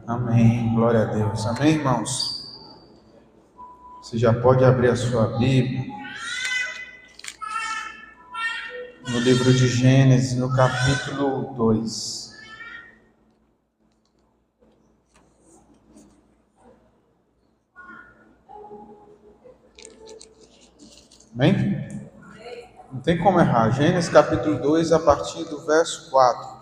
Amém. Glória a Deus. Amém, irmãos? Você já pode abrir a sua Bíblia no livro de Gênesis, no capítulo 2. Amém? Não tem como errar. Gênesis capítulo 2, a partir do verso 4.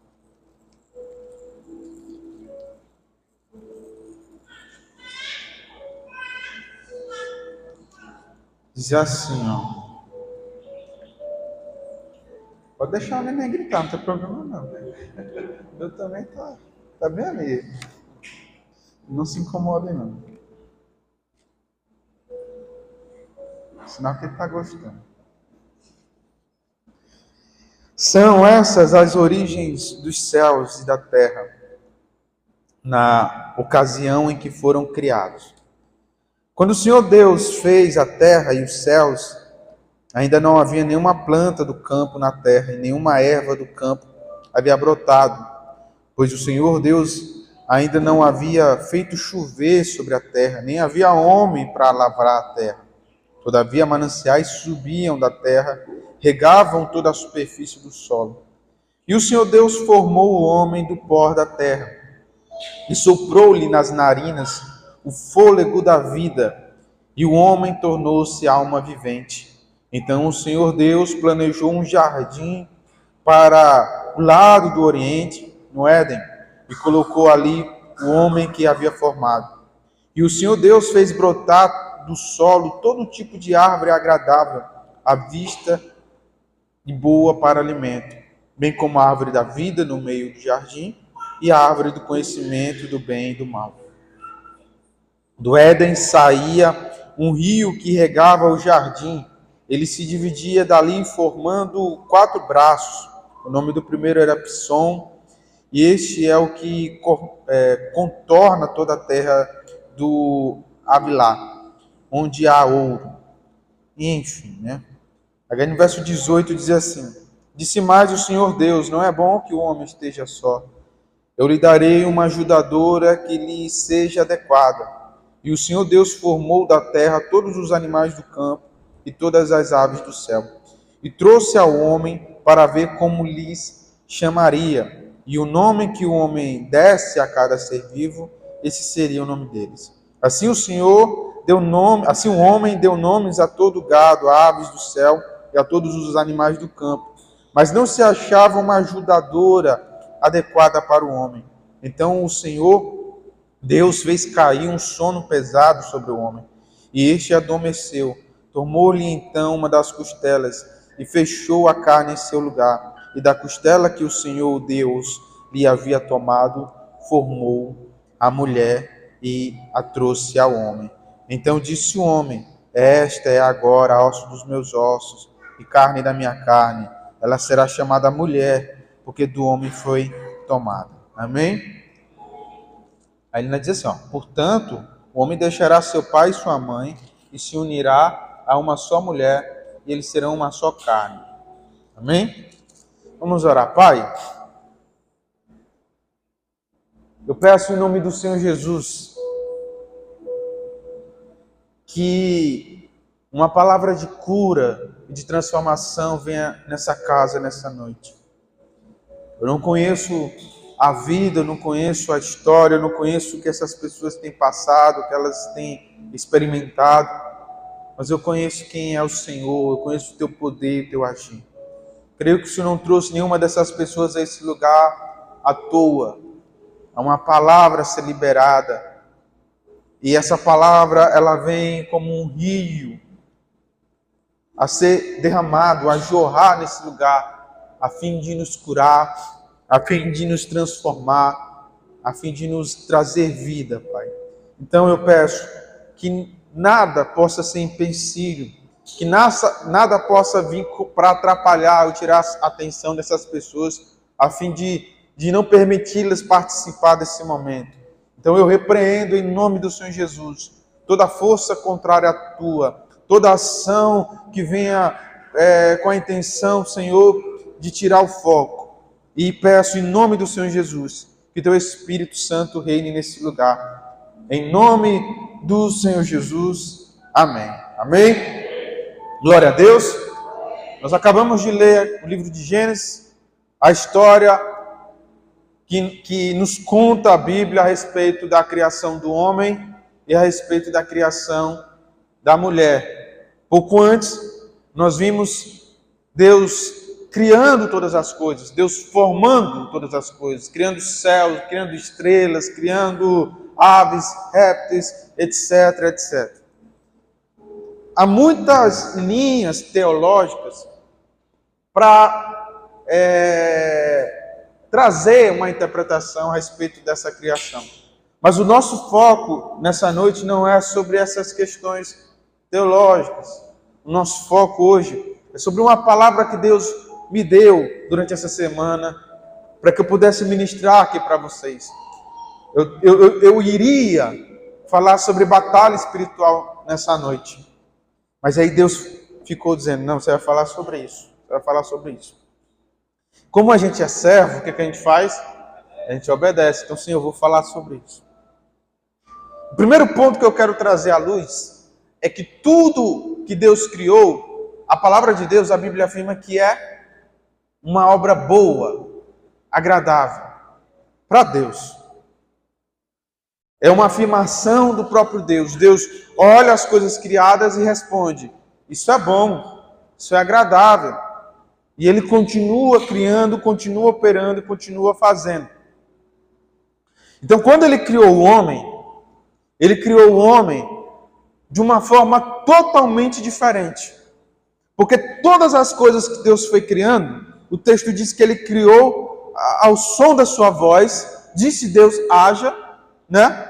Diz assim, ó. Pode deixar o neném gritar, não tem problema não. Eu também tá bem ali. Não se incomode não. Sinal que ele tá gostando. São essas as origens dos céus e da terra, na ocasião em que foram criados. Quando o Senhor Deus fez a terra e os céus, ainda não havia nenhuma planta do campo na terra, e nenhuma erva do campo havia brotado, pois o Senhor Deus ainda não havia feito chover sobre a terra, nem havia homem para lavrar a terra. Todavia mananciais subiam da terra, regavam toda a superfície do solo. E o Senhor Deus formou o homem do pó da terra, e soprou-lhe nas narinas o fôlego da vida, e o homem tornou-se alma vivente. Então o Senhor Deus planejou um jardim para o lado do oriente, no Éden, e colocou ali o homem que havia formado. E o Senhor Deus fez brotar do solo todo tipo de árvore agradável à vista e boa para alimento, bem como a árvore da vida no meio do jardim e a árvore do conhecimento do bem e do mal. Do Éden saía um rio que regava o jardim. Ele se dividia dali formando 4 braços. O nome do primeiro era Pisson, e este é o que contorna toda a terra do Avilá, onde há ouro. E enfim, né? Aí no verso 18 diz assim: Disse mais o Senhor Deus, não é bom que o homem esteja só. Eu lhe darei uma ajudadora que lhe seja adequada. E o Senhor Deus formou da terra todos os animais do campo e todas as aves do céu. E trouxe ao homem para ver como lhes chamaria. E o nome que o homem desse a cada ser vivo, esse seria o nome deles. Assim o homem deu nomes a todo gado, a aves do céu e a todos os animais do campo. Mas não se achava uma ajudadora adequada para o homem. Então o Senhor Deus fez cair um sono pesado sobre o homem, e este adormeceu. Tomou-lhe então uma das costelas e fechou a carne em seu lugar. E da costela que o Senhor Deus lhe havia tomado, formou a mulher e a trouxe ao homem. Então disse o homem: Esta é agora osso dos meus ossos e carne da minha carne. Ela será chamada mulher, porque do homem foi tomada. Amém? Aí ele diz assim, ó: Portanto, o homem deixará seu pai e sua mãe e se unirá a uma só mulher, e eles serão uma só carne. Amém? Vamos orar. Pai, eu peço em nome do Senhor Jesus que uma palavra de cura e de transformação venha nessa casa, nessa noite. Eu não conheço a vida, eu não conheço a história, eu não conheço o que essas pessoas têm passado, o que elas têm experimentado, mas eu conheço quem é o Senhor, eu conheço o teu poder, o teu agir. Creio que o Senhor não trouxe nenhuma dessas pessoas a esse lugar à toa. Há uma palavra a ser liberada, e essa palavra ela vem como um rio a ser derramado, a jorrar nesse lugar, a fim de nos curar, a fim de nos transformar, a fim de nos trazer vida, Pai. Então eu peço que nada possa ser empecilho, que nada possa vir para atrapalhar ou tirar a atenção dessas pessoas, a fim de não permiti-las participar desse momento. Então eu repreendo em nome do Senhor Jesus toda força contrária à tua, toda ação que venha com a intenção, Senhor, de tirar o foco. E peço em nome do Senhor Jesus que teu Espírito Santo reine nesse lugar. Em nome do Senhor Jesus. Amém. Amém. Glória a Deus. Nós acabamos de ler o livro de Gênesis, a história que nos conta a Bíblia a respeito da criação do homem e a respeito da criação da mulher. Pouco antes, nós vimos Deus criando todas as coisas, Deus formando todas as coisas, criando céus, criando estrelas, criando aves, répteis, etc, etc. Há muitas linhas teológicas para trazer uma interpretação a respeito dessa criação. Mas o nosso foco nessa noite não é sobre essas questões teológicas. O nosso foco hoje é sobre uma palavra que Deus me deu durante essa semana para que eu pudesse ministrar aqui para vocês. Eu iria falar sobre batalha espiritual nessa noite. Mas aí Deus ficou dizendo, não, você vai falar sobre isso. Você vai falar sobre isso. Como a gente é servo, o que a gente faz? A gente obedece. Então, sim, eu vou falar sobre isso. O primeiro ponto que eu quero trazer à luz é que tudo que Deus criou, a palavra de Deus, a Bíblia afirma que é uma obra boa, agradável, para Deus. É uma afirmação do próprio Deus. Deus olha as coisas criadas e responde, isso é bom, isso é agradável. E Ele continua criando, continua operando e continua fazendo. Então, quando Ele criou o homem de uma forma totalmente diferente. Porque todas as coisas que Deus foi criando, o texto diz que Ele criou ao som da sua voz, disse Deus, haja, né?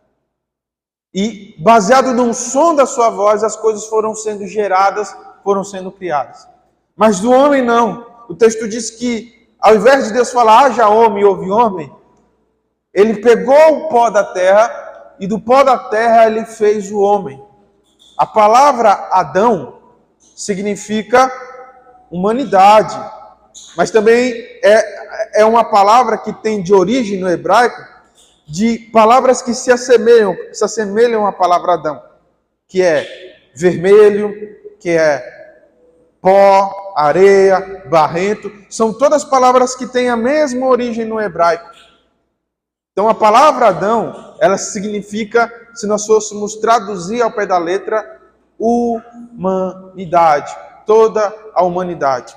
E baseado no som da sua voz, as coisas foram sendo geradas, foram sendo criadas. Mas do homem não. O texto diz que, ao invés de Deus falar, haja homem e houve homem, Ele pegou o pó da terra e do pó da terra Ele fez o homem. A palavra Adão significa humanidade, mas também é uma palavra que tem de origem no hebraico de palavras que se assemelham à palavra Adão, que é vermelho, que é pó, areia, barrento, são todas palavras que têm a mesma origem no hebraico. Então a palavra Adão, ela significa, se nós fôssemos traduzir ao pé da letra, humanidade, toda a humanidade.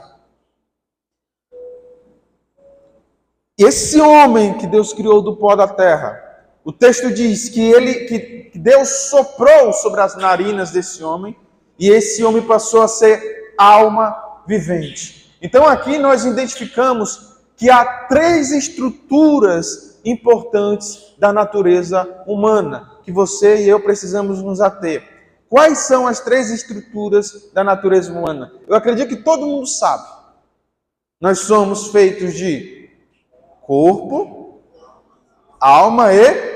Esse homem que Deus criou do pó da terra, o texto diz que Deus soprou sobre as narinas desse homem, e esse homem passou a ser alma vivente. Então aqui nós identificamos que há 3 estruturas importantes da natureza humana, que você e eu precisamos nos ater. Quais são as 3 estruturas da natureza humana? Eu acredito que todo mundo sabe. Nós somos feitos de corpo, alma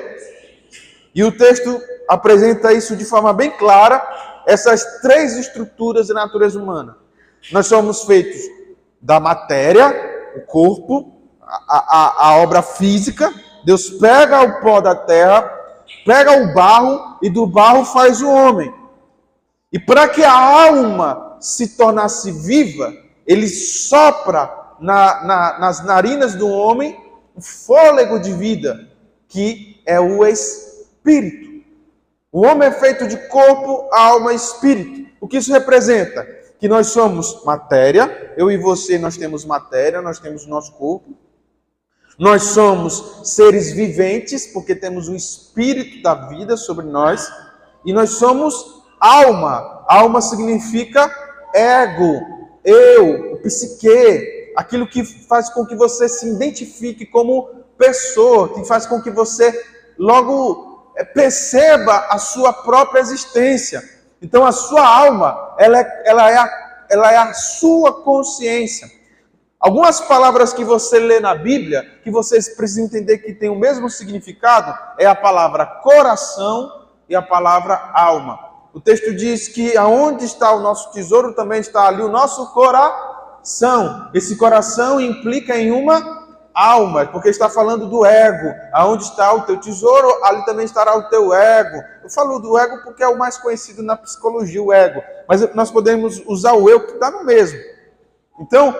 e o texto apresenta isso de forma bem clara, essas 3 estruturas da natureza humana. Nós somos feitos da matéria, o corpo, a obra física. Deus pega o pó da terra, pega o barro e do barro faz o homem. E para que a alma se tornasse viva, Ele sopra nas narinas do homem o fôlego de vida, que é o Espírito. O homem é feito de corpo, alma e espírito. O que isso representa? Que nós somos matéria, eu e você, nós temos matéria, nós temos o nosso corpo. Nós somos seres viventes, porque temos o Espírito da vida sobre nós. E nós somos alma. Alma significa ego, eu, o psique, aquilo que faz com que você se identifique como pessoa, que faz com que você logo perceba a sua própria existência. Então a sua alma, ela é a sua consciência. Algumas palavras que você lê na Bíblia, que vocês precisam entender que tem o mesmo significado, é a palavra coração e a palavra alma. O texto diz que aonde está o nosso tesouro, também está ali o nosso coração. Esse coração implica em uma almas, porque está falando do ego. Aonde está o teu tesouro, ali também estará o teu ego. Eu falo do ego porque é o mais conhecido na psicologia, o ego. Mas nós podemos usar o eu que está no mesmo. Então,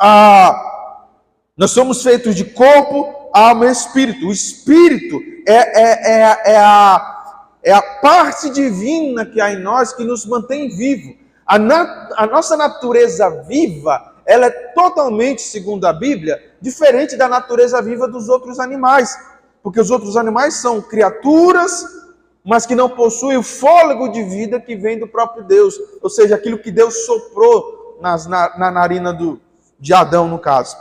nós somos feitos de corpo, alma e espírito. O espírito é a parte divina que há em nós que nos mantém vivo. A nossa natureza viva, ela é totalmente, segundo a Bíblia, diferente da natureza viva dos outros animais. Porque os outros animais são criaturas, mas que não possuem o fôlego de vida que vem do próprio Deus. Ou seja, aquilo que Deus soprou na narina de Adão, no caso.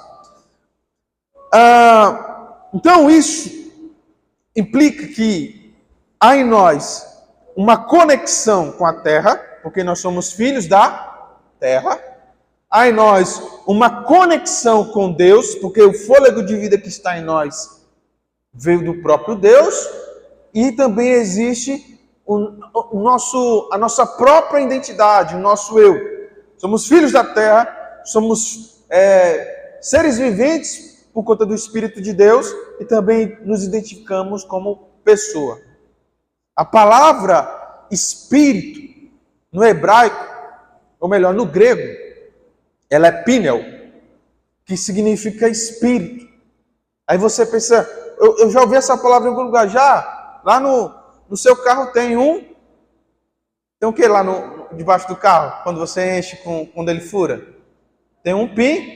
Então isso implica que há em nós uma conexão com a terra, porque nós somos filhos da terra. Há em nós uma conexão com Deus, porque o fôlego de vida que está em nós veio do próprio Deus. E também existe a nossa própria identidade, o nosso eu. Somos filhos da terra, somos seres viventes por conta do Espírito de Deus e também nos identificamos como pessoa. A palavra espírito, no hebraico, ou melhor, no grego, ela é pneu, que significa espírito. Aí você pensa, eu já ouvi essa palavra em algum lugar já? Lá no seu carro tem o que lá debaixo do carro, quando você enche, quando ele fura? Tem um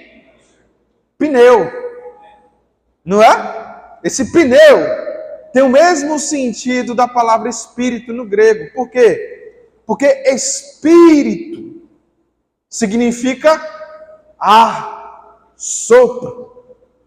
pneu, não é? Esse pneu tem o mesmo sentido da palavra espírito no grego. Por quê? Porque espírito significa ar, sopro.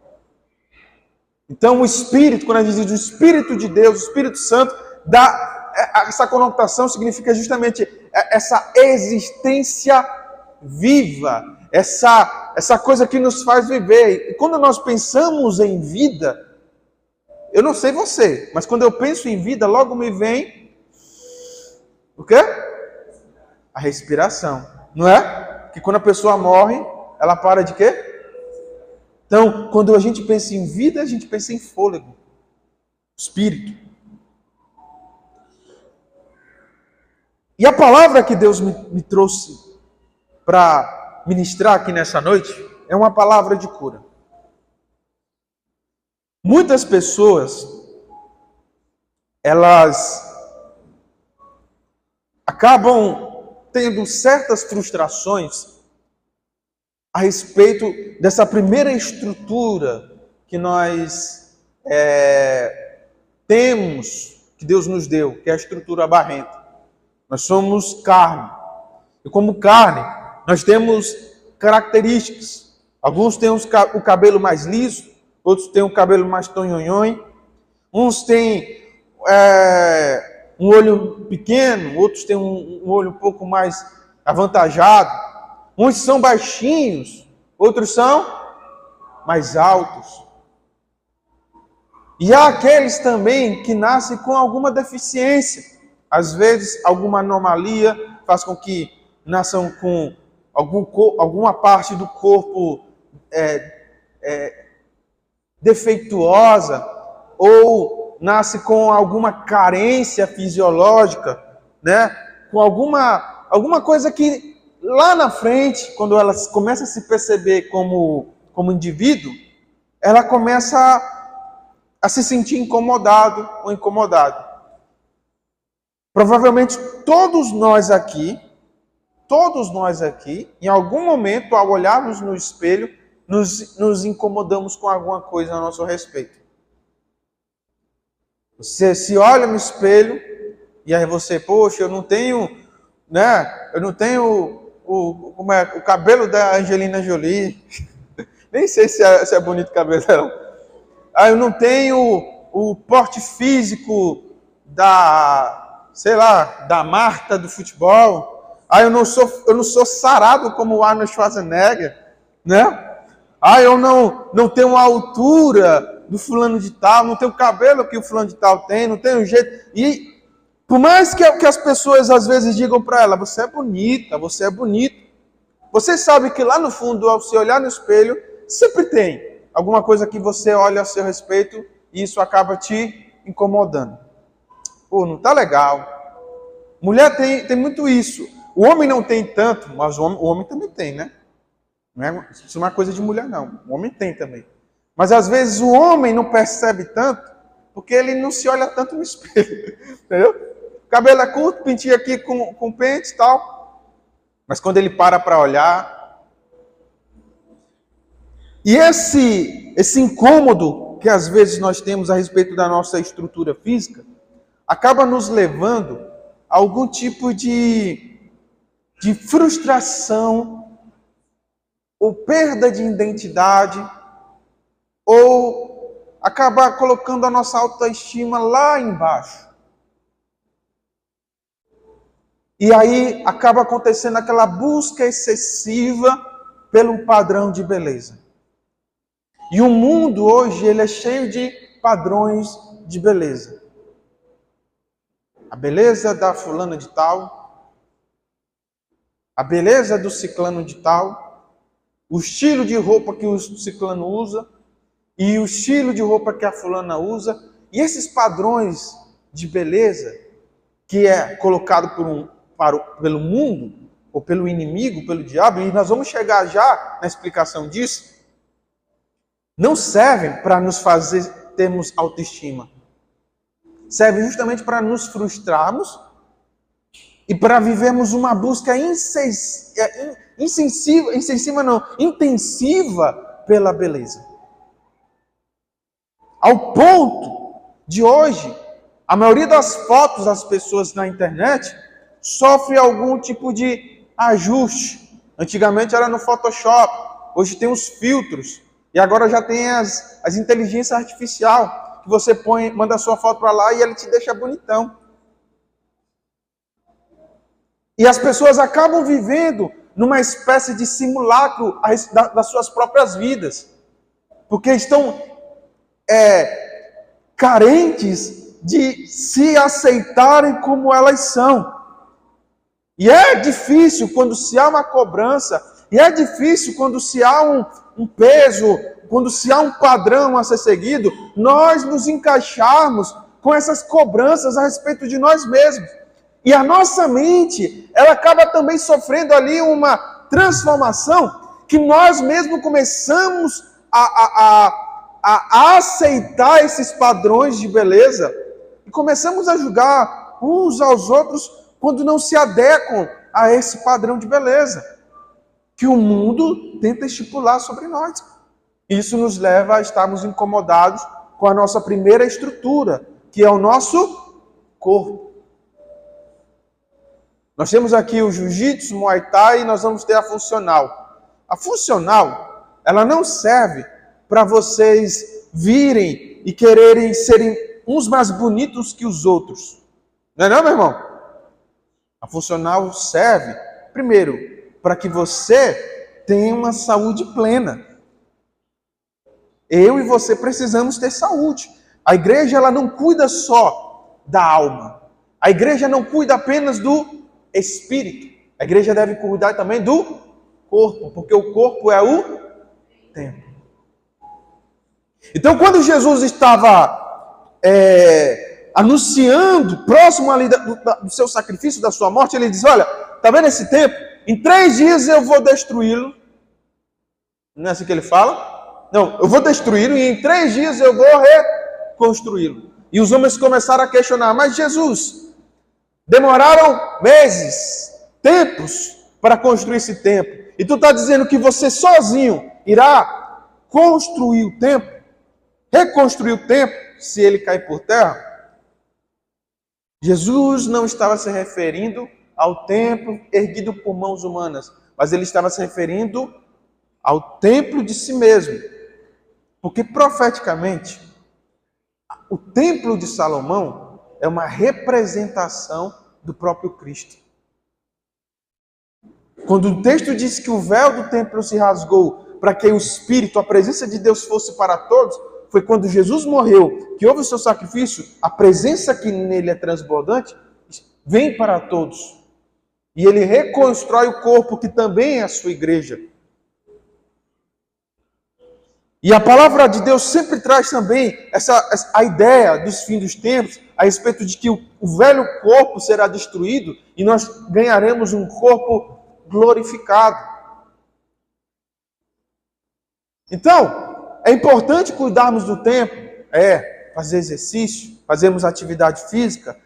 Então o espírito, quando a gente diz o Espírito de Deus, o Espírito Santo, dá essa conotação, significa justamente essa existência viva, essa coisa que nos faz viver. E quando nós pensamos em vida, eu não sei você, mas quando eu penso em vida, logo me vem o quê? A respiração, não é? Que quando a pessoa morre, ela para de quê? Então, quando a gente pensa em vida, a gente pensa em fôlego, espírito. E a palavra que Deus me trouxe para ministrar aqui nessa noite é uma palavra de cura. Muitas pessoas, elas acabam tendo certas frustrações a respeito dessa primeira estrutura que nós temos, que Deus nos deu, que é a estrutura barrenta. Nós somos carne. E como carne, nós temos características. Alguns têm o cabelo mais liso, outros têm o cabelo mais tonhonhon, uns têm um olho pequeno, outros têm um olho um pouco mais avantajado. Uns são baixinhos, outros são mais altos. E há aqueles também que nascem com alguma deficiência. Às vezes, alguma anomalia faz com que nasçam com alguma parte do corpo defeituosa, ou nasce com alguma carência fisiológica, né? Com alguma coisa que lá na frente, quando ela começa a se perceber como indivíduo, ela começa a se sentir incomodado ou incomodado. Provavelmente todos nós aqui, em algum momento, ao olharmos no espelho, nos incomodamos com alguma coisa a nosso respeito. Você se olha no espelho e aí você, poxa, eu não tenho, né? Eu não tenho o cabelo da Angelina Jolie. Nem sei se é bonito o cabelo dela. Eu não tenho o porte físico da Marta do futebol. Eu não sou sarado como o Arnold Schwarzenegger, né? Eu não tenho a altura do fulano de tal, não tenho o cabelo que o fulano de tal tem, não tenho o jeito. E por mais que as pessoas às vezes digam para ela, você é bonita, você é bonito, você sabe que lá no fundo, ao se olhar no espelho, sempre tem alguma coisa que você olha a seu respeito e isso acaba te incomodando. Pô, não tá legal. Mulher tem muito isso. O homem não tem tanto, mas o homem também tem, né? Isso não é uma coisa de mulher, não. O homem tem também. Mas às vezes o homem não percebe tanto, porque ele não se olha tanto no espelho. Entendeu? O cabelo é curto, pintinho aqui com pente e tal. Mas quando ele para olhar... E esse incômodo que às vezes nós temos a respeito da nossa estrutura física, acaba nos levando a algum tipo de frustração, ou perda de identidade, ou acabar colocando a nossa autoestima lá embaixo. E aí acaba acontecendo aquela busca excessiva pelo padrão de beleza. E o mundo hoje ele é cheio de padrões de beleza. A beleza da fulana de tal, a beleza do ciclano de tal, o estilo de roupa que o ciclano usa e o estilo de roupa que a fulana usa. E esses padrões de beleza que é colocado pelo mundo, ou pelo inimigo, pelo diabo, e nós vamos chegar já na explicação disso, não servem para nos fazer termos autoestima. Servem justamente para nos frustrarmos e para vivermos uma busca intensiva pela beleza. Ao ponto de hoje, a maioria das fotos das pessoas na internet sofre algum tipo de ajuste. Antigamente era no Photoshop, hoje tem os filtros. E agora já tem as inteligências artificiais, que você manda a sua foto para lá e ele te deixa bonitão. E as pessoas acabam vivendo numa espécie de simulacro das suas próprias vidas. Porque estão carentes de se aceitarem como elas são. E é difícil quando se há uma cobrança, e é difícil quando se há um peso, quando se há um padrão a ser seguido, nós nos encaixarmos com essas cobranças a respeito de nós mesmos. E a nossa mente, ela acaba também sofrendo ali uma transformação que nós mesmos começamos a aceitar esses padrões de beleza e começamos a julgar uns aos outros quando não se adequam a esse padrão de beleza que o mundo tenta estipular sobre nós. Isso nos leva a estarmos incomodados com a nossa primeira estrutura, que é o nosso corpo. Nós temos aqui o jiu-jitsu, muay thai e nós vamos ter a funcional. A funcional, ela não serve para vocês virem e quererem serem uns mais bonitos que os outros. Não é não, meu irmão? A funcional serve, primeiro, para que você tenha uma saúde plena. Eu e você precisamos ter saúde. A igreja ela não cuida só da alma. A igreja não cuida apenas do espírito. A igreja deve cuidar também do corpo, porque o corpo é o templo. Então, quando Jesus estava anunciando, próximo ali do seu sacrifício, da sua morte, ele diz, olha, está vendo esse templo? Em 3 dias eu vou destruí-lo. Não é assim que ele fala? Não, eu vou destruí-lo e em 3 dias eu vou reconstruí-lo. E os homens começaram a questionar, mas Jesus, demoraram meses, tempos para construir esse templo. E tu está dizendo que você sozinho irá construir o templo? Reconstruir o templo se ele cair por terra? Jesus não estava se referindo ao templo erguido por mãos humanas, mas ele estava se referindo ao templo de si mesmo. Porque profeticamente, o templo de Salomão é uma representação do próprio Cristo. Quando o texto diz que o véu do templo se rasgou para que o Espírito, a presença de Deus fosse para todos, foi quando Jesus morreu, que houve o seu sacrifício, a presença que nele é transbordante, vem para todos. E ele reconstrói o corpo, que também é a sua igreja. E a palavra de Deus sempre traz também a ideia dos fins dos tempos, a respeito de que o velho corpo será destruído e nós ganharemos um corpo glorificado. Então, é importante cuidarmos do tempo, fazer exercício, fazermos atividade física,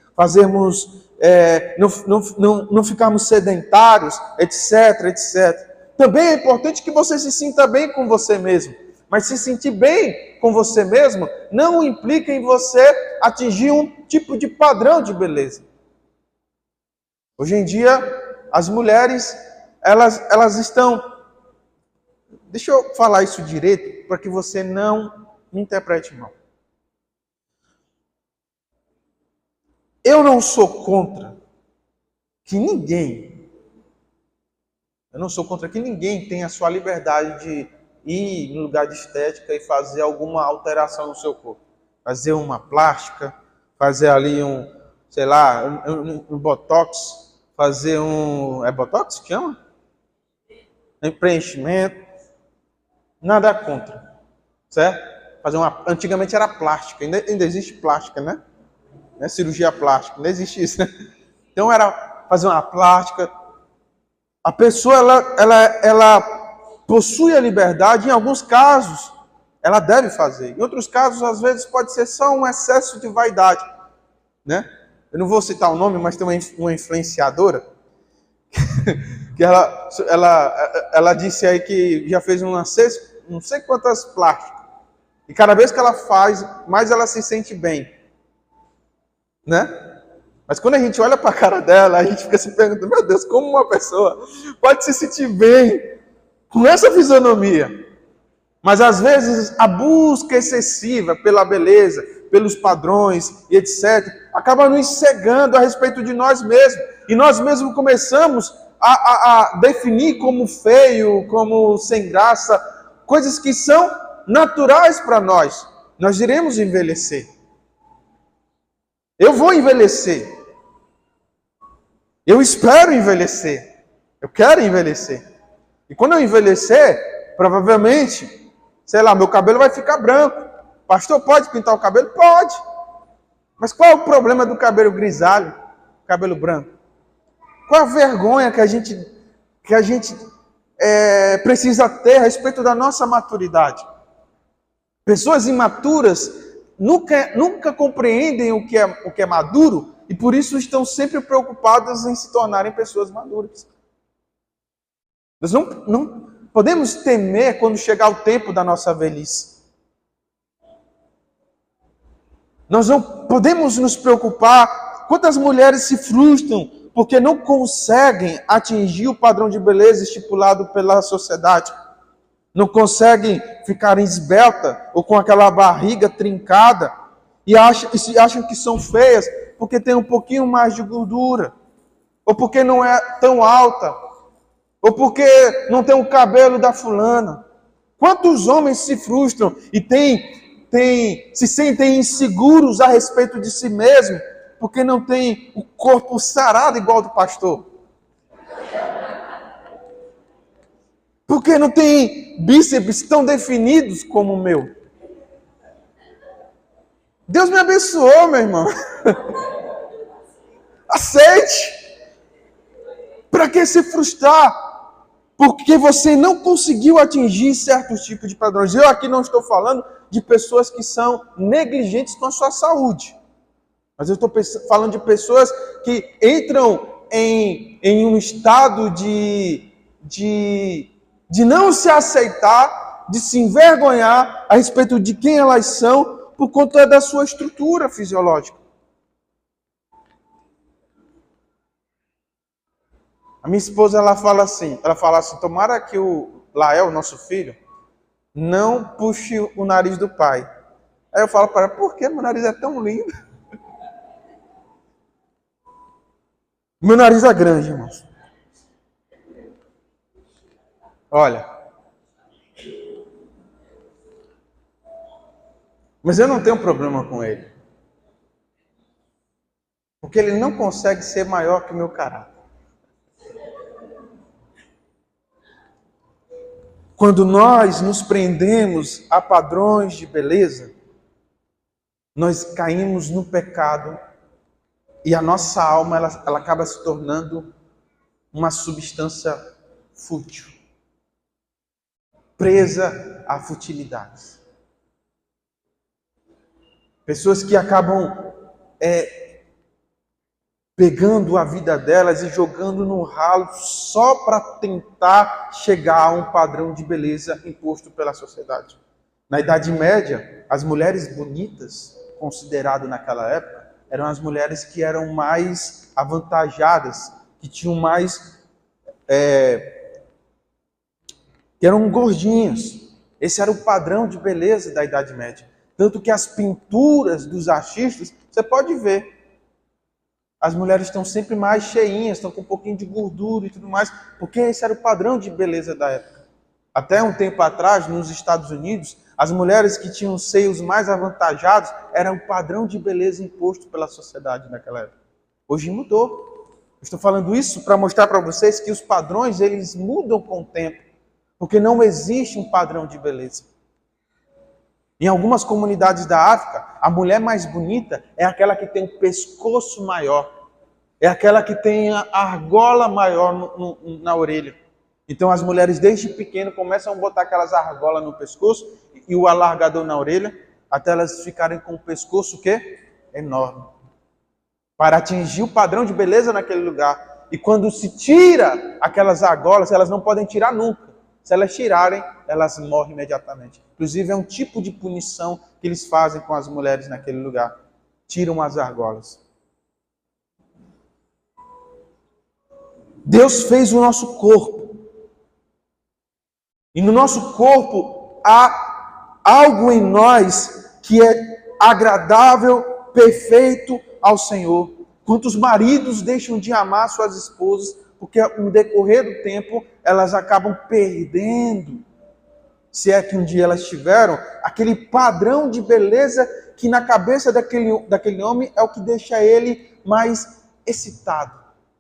não ficarmos sedentários, etc, etc. Também é importante que você se sinta bem com você mesmo. Mas se sentir bem com você mesmo não implica em você atingir um tipo de padrão de beleza. Hoje em dia, as mulheres, elas estão... Deixa eu falar isso direito, para que você não me interprete mal. Eu não sou contra que ninguém... Eu não sou contra que ninguém tenha a sua liberdade de ir no lugar de estética e fazer alguma alteração no seu corpo. Fazer uma plástica, fazer ali um botox, fazer um... É botox que chama? Um preenchimento. Nada contra, certo? Antigamente era plástica, ainda existe plástica, né? Não é cirurgia plástica, ainda existe isso, né? Então era fazer uma plástica. A pessoa, ela possui a liberdade, em alguns casos, ela deve fazer. Em outros casos, às vezes, pode ser só um excesso de vaidade, né? Eu não vou citar o nome, mas tem uma influenciadora que ela disse aí que já fez não sei quantas plásticas. E cada vez que ela faz, mais ela se sente bem, né? Mas quando a gente olha para a cara dela, a gente fica se perguntando, meu Deus, como uma pessoa pode se sentir bem com essa fisionomia? Mas às vezes a busca excessiva pela beleza, pelos padrões e etc., acaba nos cegando a respeito de nós mesmos. E nós mesmos começamos a definir como feio, como sem graça, coisas que são naturais para nós. Nós iremos envelhecer. Eu vou envelhecer. Eu espero envelhecer. Eu quero envelhecer. E quando eu envelhecer, provavelmente, sei lá, meu cabelo vai ficar branco. Pastor, pode pintar o cabelo? Pode. Mas qual é o problema do cabelo grisalho, cabelo branco? Qual a vergonha que a gente precisa ter a respeito da nossa maturidade? Pessoas imaturas nunca compreendem o que é maduro e por isso estão sempre preocupadas em se tornarem pessoas maduras. Nós não podemos temer quando chegar o tempo da nossa velhice. Nós não podemos nos preocupar. Quantas mulheres se frustram porque não conseguem atingir o padrão de beleza estipulado pela sociedade? Não conseguem ficar esbelta ou com aquela barriga trincada e acham que são feias porque tem um pouquinho mais de gordura, ou porque não é tão alta, ou porque não tem o cabelo da fulana. Quantos homens se frustram e se sentem inseguros a respeito de si mesmo porque não tem o corpo sarado igual do pastor? Porque não tem bíceps tão definidos como o meu? Deus me abençoou, meu irmão. Aceite. Para que se frustrar? Porque você não conseguiu atingir certos tipos de padrões. Eu aqui não estou falando de pessoas que são negligentes com a sua saúde. Mas eu estou falando de pessoas que entram em um estado de não se aceitar, de se envergonhar a respeito de quem elas são por conta da sua estrutura fisiológica. A minha esposa, ela fala assim, tomara que o Lael, nosso filho, não puxe o nariz do pai. Aí eu falo para ela, por que meu nariz é tão lindo? Meu nariz é grande, irmãos. Olha. Mas eu não tenho problema com ele. Porque ele não consegue ser maior que o meu caráter. quando nós nos prendemos a padrões de beleza, nós caímos no pecado e a nossa alma ela acaba se tornando uma substância fútil, presa a futilidades. Pessoas que acabam pegando a vida delas e jogando no ralo só para tentar chegar a um padrão de beleza imposto pela sociedade. Na Idade Média, as mulheres bonitas, consideradas naquela época, eram as mulheres que eram mais avantajadas, que tinham mais... que eram gordinhas. Esse era o padrão de beleza da Idade Média. Tanto que as pinturas dos artistas, você pode ver, as mulheres estão sempre mais cheinhas, estão com um pouquinho de gordura e tudo mais, porque esse era o padrão de beleza da época. Até um tempo atrás, nos Estados Unidos, as mulheres que tinham seios mais avantajados era o padrão de beleza imposto pela sociedade naquela época. Hoje mudou. Eu estou falando isso para mostrar para vocês que os padrões eles mudam com o tempo, porque não existe um padrão de beleza. Em algumas comunidades da África, a mulher mais bonita é aquela que tem o pescoço maior. É aquela que tem a argola maior na orelha. Então as mulheres desde pequeno começam a botar aquelas argolas no pescoço e o alargador na orelha, até elas ficarem com o pescoço o quê? Enorme. Para atingir o padrão de beleza naquele lugar. E quando se tira aquelas argolas, elas não podem tirar nunca. Se elas tirarem, elas morrem imediatamente. Inclusive, é um tipo de punição que eles fazem com as mulheres naquele lugar. Tiram as argolas. Deus fez o nosso corpo. E no nosso corpo há algo em nós que é agradável, perfeito ao Senhor. Quantos maridos deixam de amar suas esposas porque no decorrer do tempo elas acabam perdendo, se é que um dia elas tiveram, aquele padrão de beleza que na cabeça daquele homem é o que deixa ele mais excitado.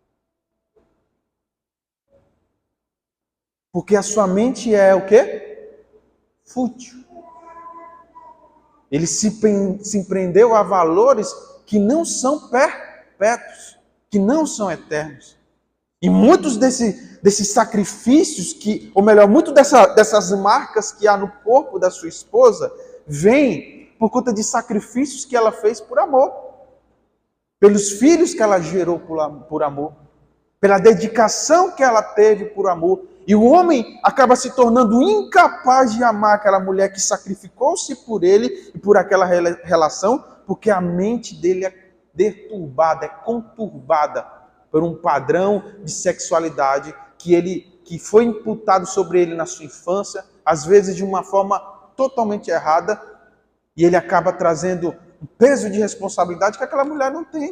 Porque a sua mente é o quê? Fútil. Ele se prendeu a valores que não são perpétuos, que não são eternos. E muitos desses sacrifícios, ou melhor, muitas dessas marcas que há no corpo da sua esposa, vêm por conta de sacrifícios que ela fez por amor. Pelos filhos que ela gerou por amor. Pela dedicação que ela teve por amor. E o homem acaba se tornando incapaz de amar aquela mulher que sacrificou-se por ele e por aquela relação, porque a mente dele é deturbada, é conturbada por um padrão de sexualidade que foi imputado sobre ele na sua infância, às vezes de uma forma totalmente errada, e ele acaba trazendo um peso de responsabilidade que aquela mulher não tem.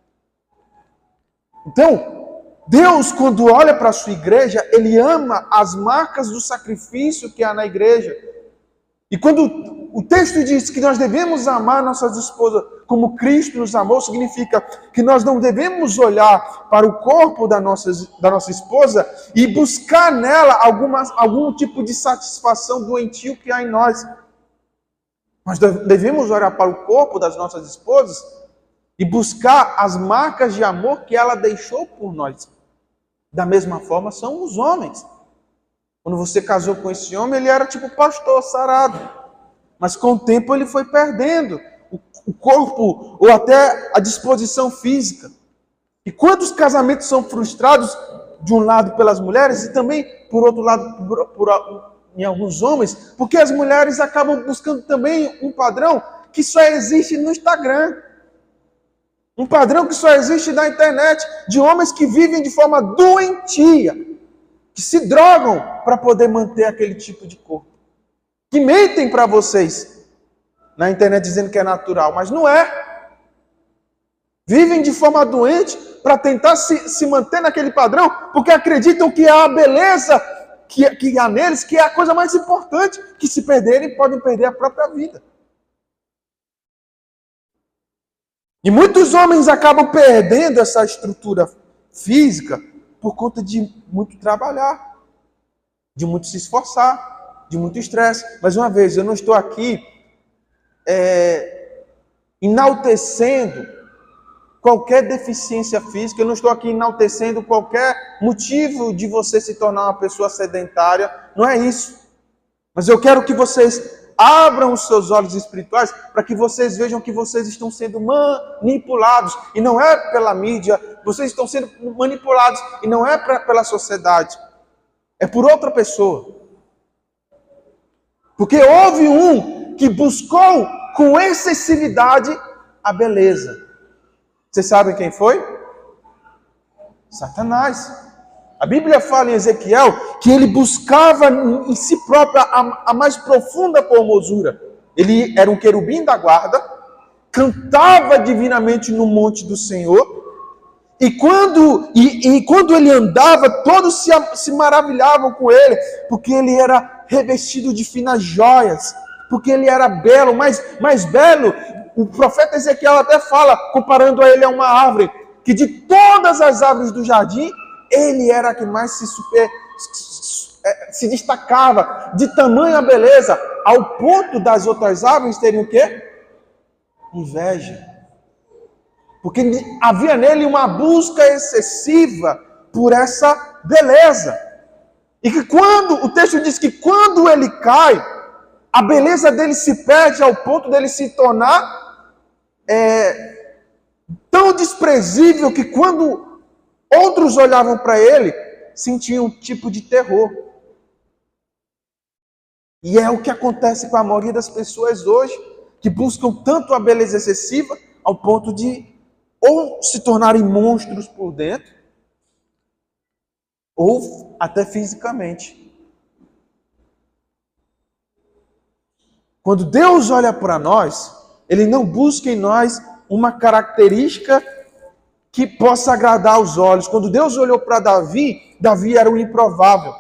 Então, Deus, quando olha para a sua igreja, Ele ama as marcas do sacrifício que há na igreja. E quando o texto diz que nós devemos amar nossas esposas como Cristo nos amou, significa que nós não devemos olhar para o corpo da nossa esposa e buscar nela algum tipo de satisfação doentio que há em nós. Nós devemos olhar para o corpo das nossas esposas e buscar as marcas de amor que ela deixou por nós. Da mesma forma são os homens. Quando você casou com esse homem, ele era tipo pastor, sarado. Mas com o tempo ele foi perdendo o corpo ou até a disposição física. E quantos casamentos são frustrados de um lado pelas mulheres e também por outro lado em alguns homens, porque as mulheres acabam buscando também um padrão que só existe no Instagram. Um padrão que só existe na internet, de homens que vivem de forma doentia, que se drogam para poder manter aquele tipo de corpo. Que mentem para vocês na internet dizendo que é natural, mas não é. Vivem de forma doente para tentar se manter naquele padrão, porque acreditam que há a beleza que há neles, que é a coisa mais importante, que se perderem podem perder a própria vida. E muitos homens acabam perdendo essa estrutura física por conta de muito trabalhar. de muito se esforçar, de muito estresse. Mais uma vez, eu não estou aqui enaltecendo qualquer deficiência física, eu não estou aqui enaltecendo qualquer motivo de você se tornar uma pessoa sedentária, não é isso. Mas eu quero que vocês abram os seus olhos espirituais para que vocês vejam que vocês estão sendo manipulados, e não é pela mídia, vocês estão sendo manipulados, e não é pela sociedade, é por outra pessoa. Porque houve um que buscou com excessividade a beleza. Vocês sabem quem foi? Satanás. A Bíblia fala em Ezequiel que ele buscava em si próprio a mais profunda formosura. Ele era um querubim da guarda, cantava divinamente no monte do Senhor, e quando ele andava, todos se maravilhavam com ele, porque ele era revestido de finas joias, porque ele era belo, mais belo. O profeta Ezequiel até fala, comparando a ele a uma árvore, que de todas as árvores do jardim, ele era a que mais se destacava, de tamanha beleza, ao ponto das outras árvores terem o quê? Inveja. Porque havia nele uma busca excessiva por essa beleza. E que o texto diz que quando ele cai, a beleza dele se perde ao ponto dele se tornar tão desprezível que quando outros olhavam para ele, sentiam um tipo de terror. E é o que acontece com a maioria das pessoas hoje, que buscam tanto a beleza excessiva, ao ponto de ou se tornarem monstros por dentro, ou até fisicamente. Quando Deus olha para nós, Ele não busca em nós uma característica que possa agradar aos olhos. Quando Deus olhou para Davi, Davi era o improvável.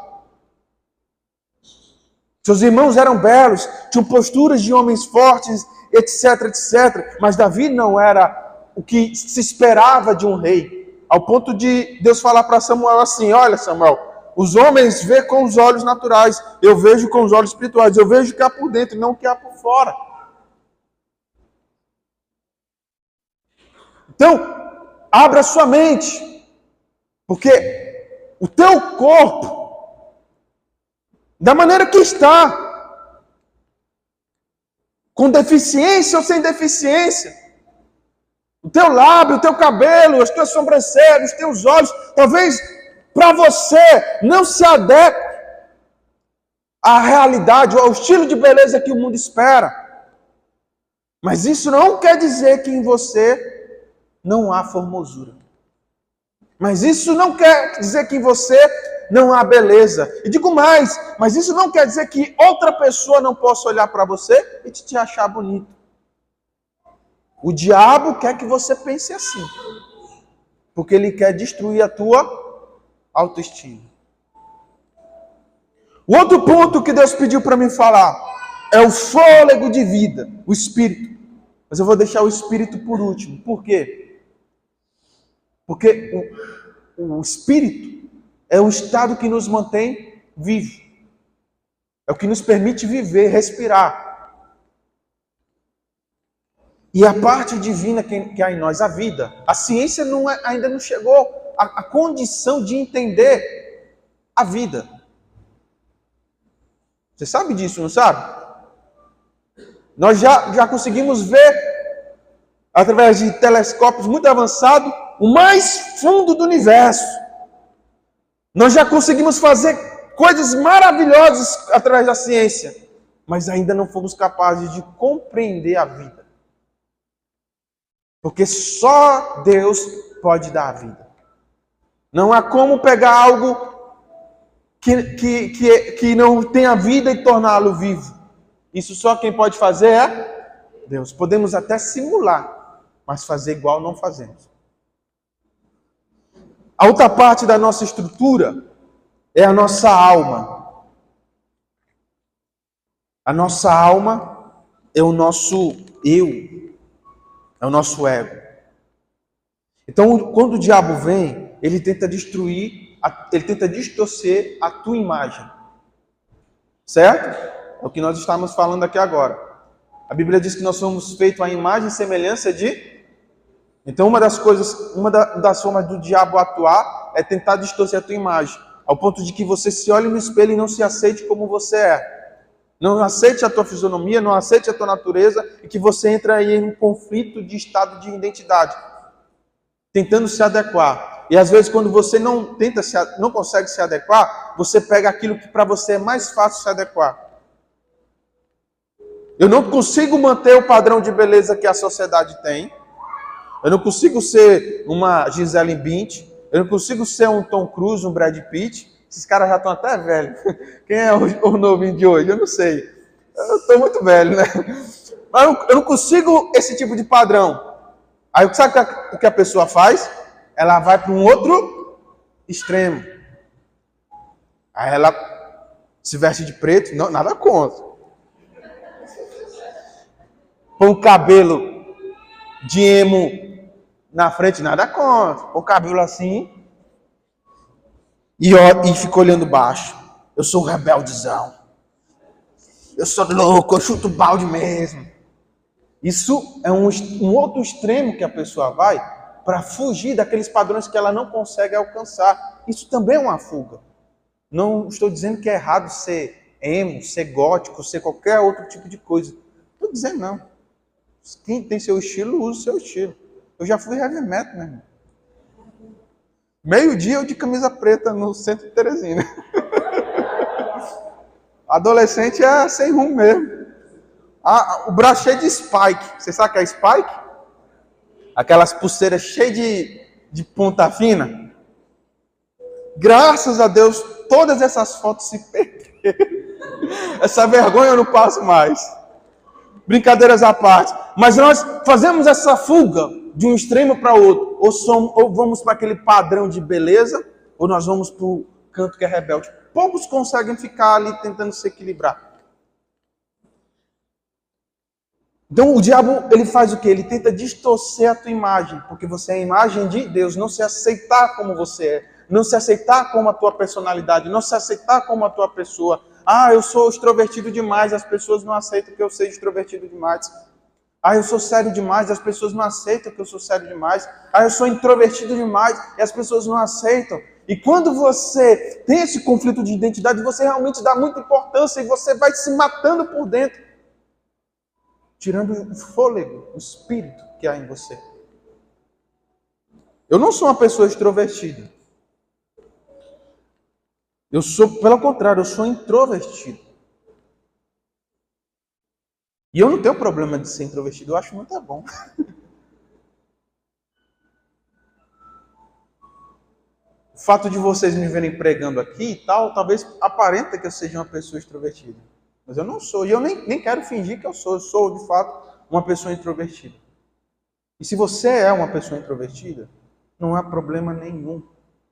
Seus irmãos eram belos, tinham posturas de homens fortes, etc, etc. Mas Davi não era o que se esperava de um rei. Ao ponto de Deus falar para Samuel assim: olha, Samuel, os homens veem com os olhos naturais, eu vejo com os olhos espirituais, eu vejo o que há por dentro, não o que há por fora. Então, abra sua mente, porque o teu corpo, da maneira que está, com deficiência ou sem deficiência, o teu lábio, o teu cabelo, as tuas sobrancelhas, os teus olhos, talvez para você não se adeque à realidade ou ao estilo de beleza que o mundo espera. Mas isso não quer dizer que em você não há formosura. Mas isso não quer dizer que em você não há beleza. E digo mais, mas isso não quer dizer que outra pessoa não possa olhar para você e te achar bonito. O diabo quer que você pense assim, porque ele quer destruir a tua autoestima. O outro ponto que Deus pediu para mim falar é o fôlego de vida, o espírito. Mas eu vou deixar o espírito por último. Por quê? Porque o espírito é o estado que nos mantém vivos. É o que nos permite viver, respirar. E a parte divina que há em nós, a vida. A ciência ainda não chegou à condição de entender a vida. Você sabe disso, não sabe? Nós já conseguimos ver, através de telescópios muito avançados, o mais fundo do universo. Nós já conseguimos fazer coisas maravilhosas através da ciência, mas ainda não fomos capazes de compreender a vida. Porque só Deus pode dar a vida. Não há como pegar algo que não tenha vida e torná-lo vivo. Isso só quem pode fazer é Deus. Podemos até simular, mas fazer igual não fazemos. A outra parte da nossa estrutura é a nossa alma. A nossa alma é o nosso eu. É o nosso ego. Então, quando o diabo vem, ele tenta destruir, ele tenta distorcer a tua imagem. Certo? É o que nós estamos falando aqui agora. A Bíblia diz que nós somos feitos à imagem e semelhança de... Então, uma das formas do diabo atuar é tentar distorcer a tua imagem, ao ponto de que você se olhe no espelho e não se aceite como você é. Não aceite a tua fisionomia, não aceite a tua natureza, e que você entra aí em um conflito de estado de identidade, tentando se adequar. E às vezes, quando você não consegue se adequar, você pega aquilo que para você é mais fácil se adequar. Eu não consigo manter o padrão de beleza que a sociedade tem. Eu não consigo ser uma Gisele Bündchen. Eu não consigo ser um Tom Cruise, um Brad Pitt. Esses caras já estão até velhos. Quem é o novinho de hoje? Eu não sei. Eu estou muito velho, né? Mas eu não consigo esse tipo de padrão. Aí sabe o que a pessoa faz? Ela vai para um outro extremo. Aí ela se veste de preto. Não, nada contra. Põe o cabelo de emo na frente, nada contra. Põe o cabelo assim e fica olhando baixo. Eu sou rebeldezão. Eu sou louco, eu chuto balde mesmo. Isso é um outro extremo que a pessoa vai para fugir daqueles padrões que ela não consegue alcançar. Isso também é uma fuga. Não estou dizendo que é errado ser emo, ser gótico, ser qualquer outro tipo de coisa. Estou dizendo não. Quem tem seu estilo, usa o seu estilo. Eu já fui heavy metal, meu irmão. Meio-dia eu de camisa preta no centro de Teresina. Adolescente é sem rumo mesmo. O braço cheio de spike. Você sabe o que é spike? Aquelas pulseiras cheias de ponta fina. Graças a Deus, todas essas fotos se perderam. Essa vergonha eu não passo mais. Brincadeiras à parte. Mas nós fazemos essa fuga de um extremo para outro. Ou vamos para aquele padrão de beleza, ou nós vamos para o canto que é rebelde. Poucos conseguem ficar ali tentando se equilibrar. Então o diabo, ele faz o quê? Ele tenta distorcer a tua imagem, porque você é a imagem de Deus, não se aceitar como você é, não se aceitar como a tua personalidade, não se aceitar como a tua pessoa. Ah, eu sou extrovertido demais, as pessoas não aceitam que eu seja extrovertido demais. Ah, eu sou sério demais, as pessoas não aceitam que eu sou sério demais. Ah, eu sou introvertido demais e as pessoas não aceitam. E quando você tem esse conflito de identidade, você realmente dá muita importância e você vai se matando por dentro, tirando o fôlego, o espírito que há em você. Eu não sou uma pessoa extrovertida. Eu sou, pelo contrário, eu sou introvertido. E eu não tenho problema de ser introvertido, eu acho muito bom. O fato de vocês me verem pregando aqui e tal, talvez aparenta que eu seja uma pessoa extrovertida. Mas eu não sou, e eu nem quero fingir que eu sou de fato uma pessoa introvertida. E se você é uma pessoa introvertida, não há problema nenhum.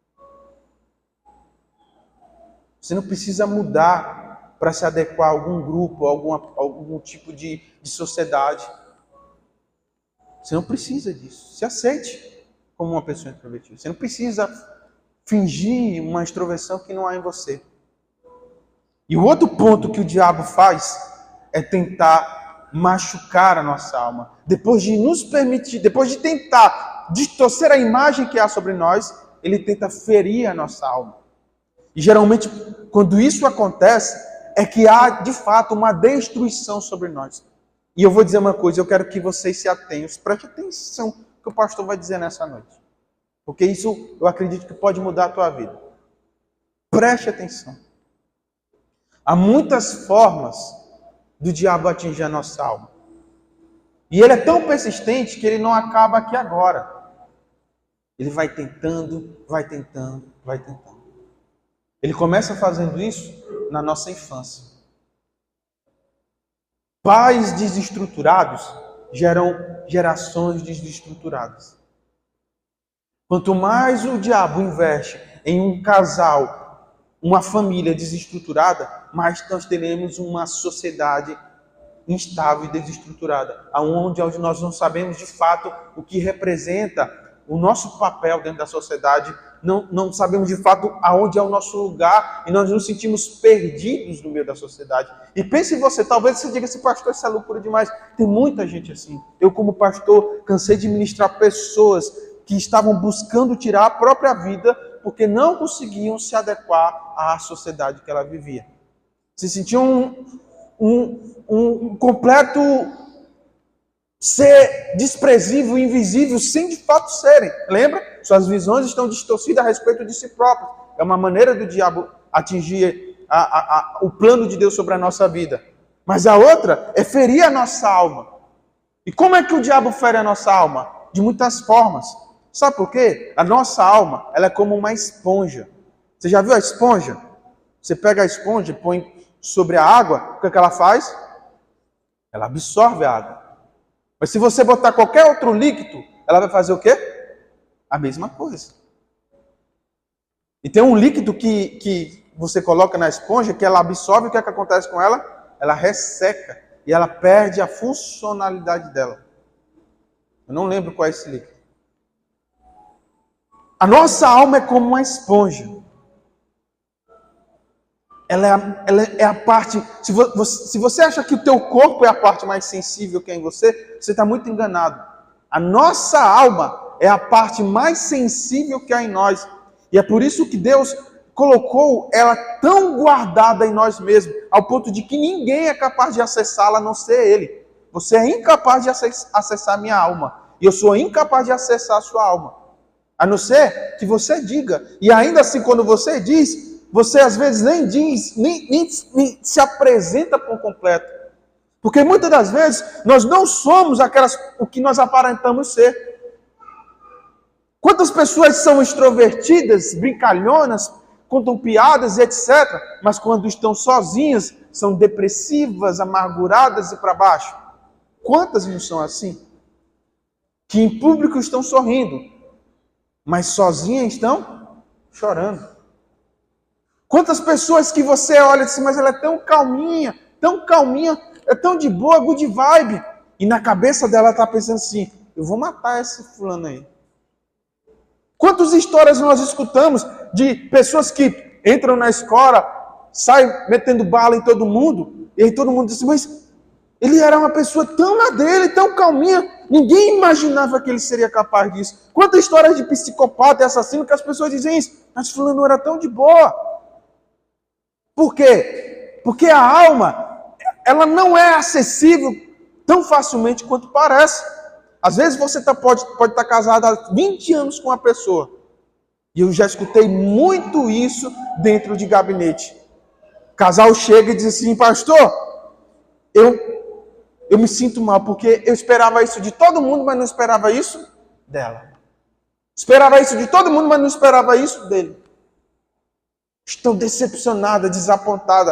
Você não precisa mudar para se adequar a algum grupo, a algum tipo de sociedade. Você não precisa disso. Se aceite como uma pessoa introvertida. Você não precisa fingir uma extroversão que não há em você. E o outro ponto que o diabo faz é tentar machucar a nossa alma. Depois de tentar distorcer a imagem que há sobre nós, ele tenta ferir a nossa alma. E geralmente, quando isso acontece, é que há, de fato, uma destruição sobre nós. E eu vou dizer uma coisa, eu quero que vocês se atenham, preste atenção no que o pastor vai dizer nessa noite. Porque isso, eu acredito que pode mudar a tua vida. Preste atenção. Há muitas formas do diabo atingir a nossa alma. E ele é tão persistente que ele não acaba aqui agora. Ele vai tentando, vai tentando, vai tentando. Ele começa fazendo isso na nossa infância. Pais desestruturados geram gerações desestruturadas. Quanto mais o diabo investe em um casal, uma família desestruturada, mais nós teremos uma sociedade instável e desestruturada, onde nós não sabemos de fato o que representa o nosso papel dentro da sociedade não sabemos de fato aonde é o nosso lugar e nós nos sentimos perdidos no meio da sociedade. E pense em você, talvez você diga assim, pastor, isso é loucura demais. Tem muita gente assim. Eu, como pastor, cansei de ministrar pessoas que estavam buscando tirar a própria vida porque não conseguiam se adequar à sociedade que ela vivia. Se sentiam um completo ser desprezível, invisível, sem de fato serem. Lembra? Suas visões estão distorcidas a respeito de si próprio. É uma maneira do diabo atingir o plano de Deus sobre a nossa vida. Mas a outra é ferir a nossa alma. E como é que o diabo fere a nossa alma? De muitas formas. Sabe por quê? A nossa alma, ela é como uma esponja. Você já viu a esponja? Você pega a esponja e põe sobre a água, o que é que ela faz? Ela absorve a água. Mas se você botar qualquer outro líquido, ela vai fazer o quê? A mesma coisa. E tem um líquido que você coloca na esponja, que ela absorve, o que é que acontece com ela? Ela resseca e ela perde a funcionalidade dela. Eu não lembro qual é esse líquido. A nossa alma é como uma esponja. Ela é a parte... Se você acha que o teu corpo é a parte mais sensível que é em você, você está muito enganado. A nossa alma é a parte mais sensível que há em nós. E é por isso que Deus colocou ela tão guardada em nós mesmos, ao ponto de que ninguém é capaz de acessá-la a não ser Ele. Você é incapaz de acessar a minha alma. E eu sou incapaz de acessar a sua alma. A não ser que você diga. E ainda assim, quando você diz... Você às vezes nem diz, nem se apresenta por completo. Porque muitas das vezes nós não somos o que nós aparentamos ser. Quantas pessoas são extrovertidas, brincalhonas, contam piadas e etc. Mas quando estão sozinhas, são depressivas, amarguradas e para baixo. Quantas não são assim? Que em público estão sorrindo, mas sozinhas estão chorando. Quantas pessoas que você olha assim, mas ela é tão calminha, é tão de boa, good vibe. E na cabeça dela está pensando assim, eu vou matar esse fulano aí. Quantas histórias nós escutamos de pessoas que entram na escola, saem metendo bala em todo mundo, e aí todo mundo diz assim, mas ele era uma pessoa tão na dele, tão calminha, ninguém imaginava que ele seria capaz disso. Quantas histórias de psicopata e assassino que as pessoas dizem isso, mas fulano era tão de boa. Por quê? Porque a alma, ela não é acessível tão facilmente quanto parece. Às vezes você pode estar casado há 20 anos com uma pessoa. E eu já escutei muito isso dentro de gabinete. O casal chega e diz assim, pastor, eu me sinto mal, porque eu esperava isso de todo mundo, mas não esperava isso dela. Esperava isso de todo mundo, mas não esperava isso dele. Estou decepcionada, desapontada.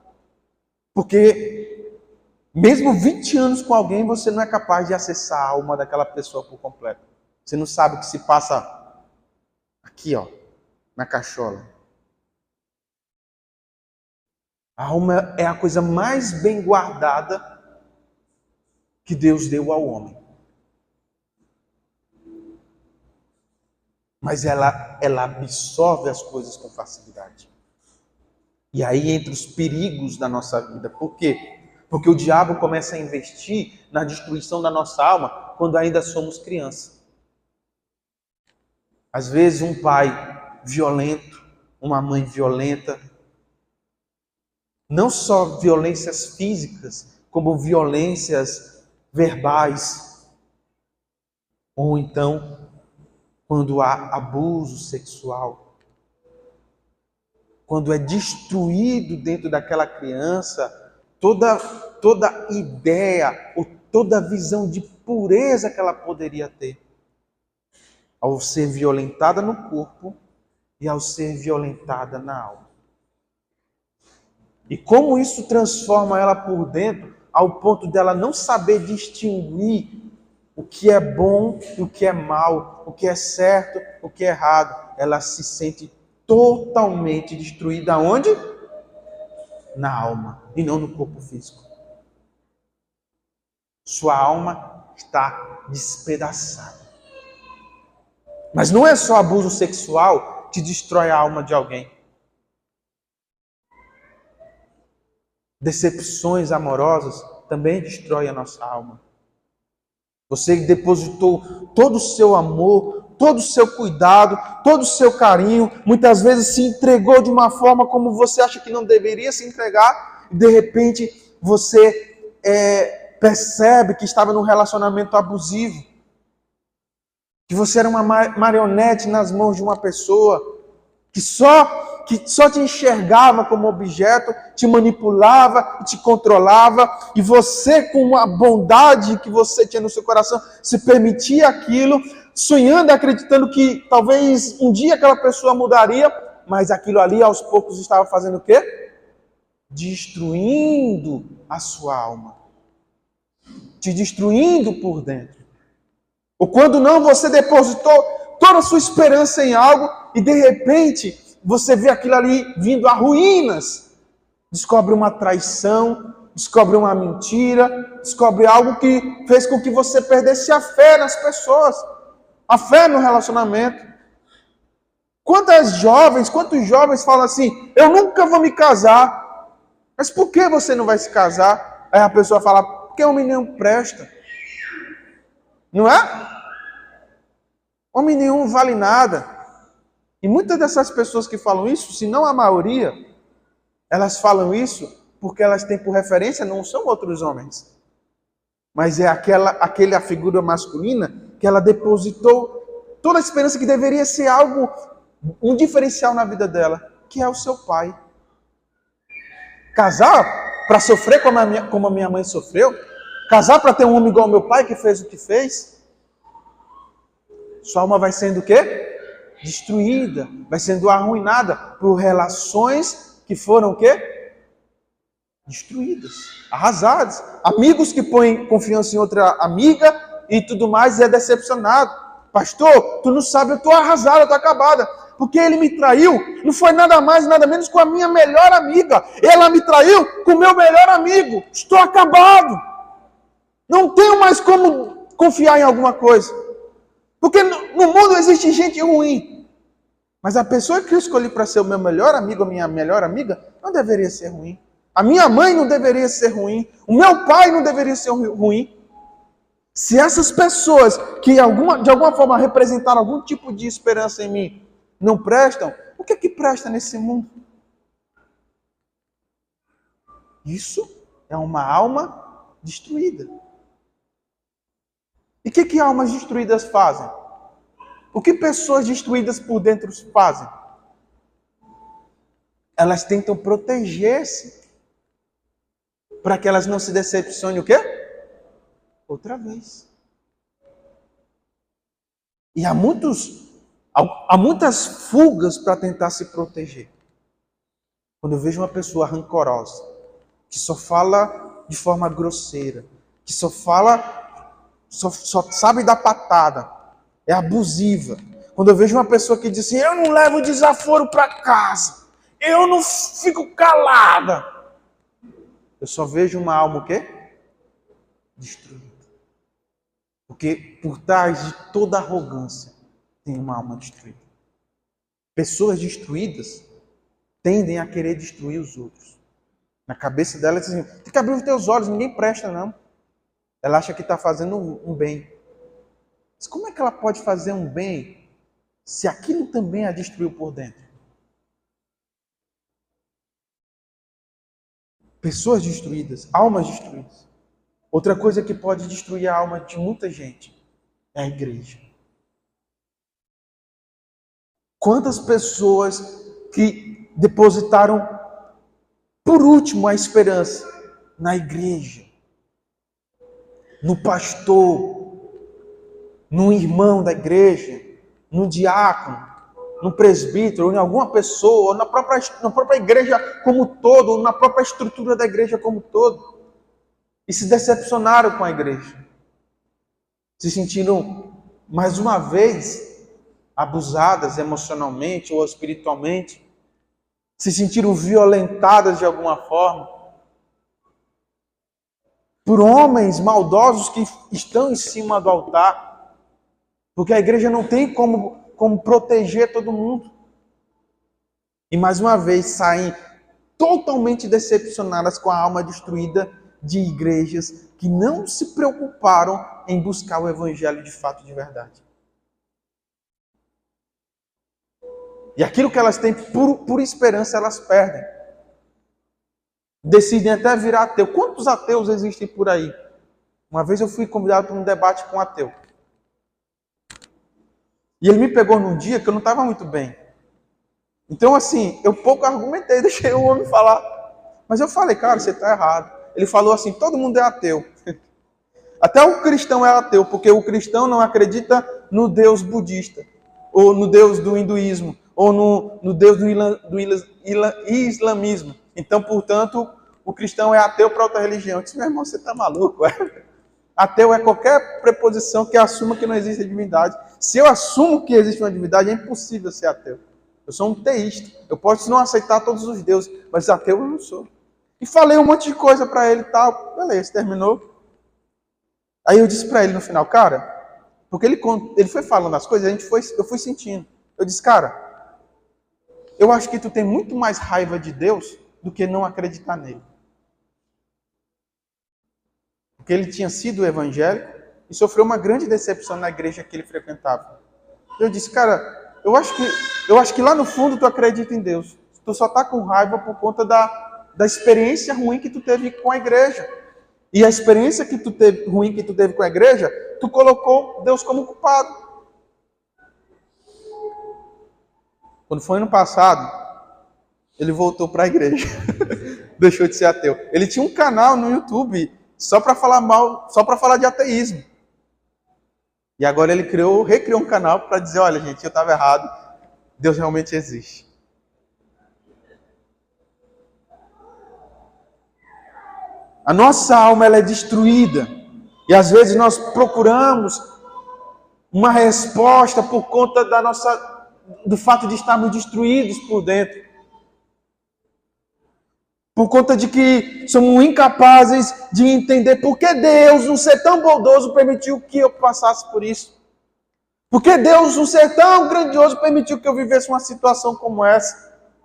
Porque mesmo 20 anos com alguém, você não é capaz de acessar a alma daquela pessoa por completo. Você não sabe o que se passa aqui, ó, na cachola. A alma é a coisa mais bem guardada que Deus deu ao homem. Mas ela absorve as coisas com facilidade. E aí entra os perigos da nossa vida. Por quê? Porque o diabo começa a investir na destruição da nossa alma quando ainda somos crianças. Às vezes um pai violento, uma mãe violenta, não só violências físicas, como violências verbais. Ou então, quando há abuso sexual, quando é destruído dentro daquela criança toda ideia ou toda visão de pureza que ela poderia ter, ao ser violentada no corpo e ao ser violentada na alma. E como isso transforma ela por dentro, ao ponto dela não saber distinguir o que é bom e o que é mal, o que é certo, o que é errado. Ela se sente totalmente destruída. Onde? Na alma, e não no corpo físico. Sua alma está despedaçada. Mas não é só abuso sexual que destrói a alma de alguém. Decepções amorosas também destroem a nossa alma. Você depositou todo o seu amor, todo o seu cuidado, todo o seu carinho, muitas vezes se entregou de uma forma como você acha que não deveria se entregar, e de repente você percebe que estava num relacionamento abusivo, que você era uma marionete nas mãos de uma pessoa que só te enxergava como objeto, te manipulava, te controlava, e você, com a bondade que você tinha no seu coração, se permitia aquilo, sonhando e acreditando que talvez um dia aquela pessoa mudaria, mas aquilo ali aos poucos estava fazendo o quê? Destruindo a sua alma, te destruindo por dentro. Ou quando não, você depositou toda a sua esperança em algo e de repente você vê aquilo ali vindo a ruínas. Descobre uma traição, descobre uma mentira, descobre algo que fez com que você perdesse a fé nas pessoas, a fé no relacionamento. Quantos jovens falam assim, eu nunca vou me casar. Mas por que você não vai se casar? Aí a pessoa fala, porque homem nenhum presta. Não é? Homem nenhum vale nada. E muitas dessas pessoas que falam isso, se não a maioria, elas falam isso porque elas têm por referência, não são outros homens, mas é aquela figura masculina que ela depositou toda a esperança que deveria ser algo, um diferencial na vida dela, que é o seu pai. Casar para sofrer como a minha mãe sofreu? Casar para ter um homem igual ao meu pai que fez o que fez? Sua alma vai sendo o quê? Destruída, vai sendo arruinada por relações que foram o quê? Destruídas, arrasadas. Amigos que põem confiança em outra amiga e tudo mais e é decepcionado. Pastor, tu não sabe, eu estou arrasada, eu estou acabada. Porque ele me traiu, não foi nada mais, nada menos com a minha melhor amiga. Ela me traiu com o meu melhor amigo. Estou acabado. Não tenho mais como confiar em alguma coisa. Porque no mundo existe gente ruim. Mas a pessoa que eu escolhi para ser o meu melhor amigo, a minha melhor amiga, não deveria ser ruim. A minha mãe não deveria ser ruim. O meu pai não deveria ser ruim. Se essas pessoas que de alguma forma representaram algum tipo de esperança em mim não prestam, o que é que presta nesse mundo? Isso é uma alma destruída. E o que almas destruídas fazem? O que pessoas destruídas por dentro fazem? Elas tentam proteger-se para que elas não se decepcionem o quê? Outra vez. E há muitas fugas para tentar se proteger. Quando eu vejo uma pessoa rancorosa, que só fala de forma grosseira, que só sabe dar patada, é abusiva. Quando eu vejo uma pessoa que diz assim, eu não levo desaforo para casa, eu não fico calada, eu só vejo uma alma o quê? Destruída. Porque por trás de toda arrogância tem uma alma destruída. Pessoas destruídas tendem a querer destruir os outros. Na cabeça dela, diz assim, tem que abrir os teus olhos, ninguém presta não. Ela acha que está fazendo um bem. Mas como é que ela pode fazer um bem se aquilo também a destruiu por dentro? Pessoas destruídas, almas destruídas. Outra coisa que pode destruir a alma de muita gente é a igreja. Quantas pessoas que depositaram, por último, a esperança na igreja, no pastor, no irmão da igreja, no diácono, no presbítero, ou em alguma pessoa, ou na própria igreja como todo, ou na própria estrutura da igreja como todo. E se decepcionaram com a igreja. Se sentiram, mais uma vez, abusadas emocionalmente ou espiritualmente. Se sentiram violentadas de alguma forma. Por homens maldosos que estão em cima do altar. Porque a igreja não tem como proteger todo mundo. E mais uma vez saem totalmente decepcionadas com a alma destruída de igrejas que não se preocuparam em buscar o evangelho de fato, de verdade. E aquilo que elas têm por esperança, elas perdem. Decidem até virar ateu. Quantos ateus existem por aí? Uma vez eu fui convidado para um debate com um ateu. E ele me pegou num dia que eu não estava muito bem. Então, assim, eu pouco argumentei, deixei o homem falar. Mas eu falei, cara, você está errado. Ele falou assim, todo mundo é ateu. Até o cristão é ateu, porque o cristão não acredita no Deus budista, ou no Deus do hinduísmo, ou no Deus do islamismo. Então, portanto, o cristão é ateu para outra religião. Eu disse, meu irmão, você está maluco? Ateu é qualquer preposição que assuma que não existe divindade. Se eu assumo que existe uma divindade, é impossível ser ateu. Eu sou um teísta. Eu posso não aceitar todos os deuses, mas ateu eu não sou. E falei um monte de coisa para ele e tal. Beleza, terminou. Aí eu disse para ele no final, cara, porque ele foi falando as coisas, eu fui sentindo. Eu disse, cara, eu acho que tu tem muito mais raiva de Deus do que não acreditar nele. Porque ele tinha sido evangélico e sofreu uma grande decepção na igreja que ele frequentava. Eu disse, cara, eu acho que lá no fundo tu acredita em Deus. Tu só tá com raiva por conta da experiência ruim que tu teve com a igreja. E a experiência ruim que tu teve com a igreja, tu colocou Deus como culpado. Quando foi ano passado, ele voltou para a igreja. Deixou de ser ateu. Ele tinha um canal no YouTube só para falar mal, só para falar de ateísmo. E agora ele recriou um canal para dizer, olha gente, eu estava errado, Deus realmente existe. A nossa alma ela é destruída. E às vezes nós procuramos uma resposta por conta do fato de estarmos destruídos por dentro. Por conta de que somos incapazes de entender por que Deus, um ser tão bondoso, permitiu que eu passasse por isso. Por que Deus, um ser tão grandioso, permitiu que eu vivesse uma situação como essa?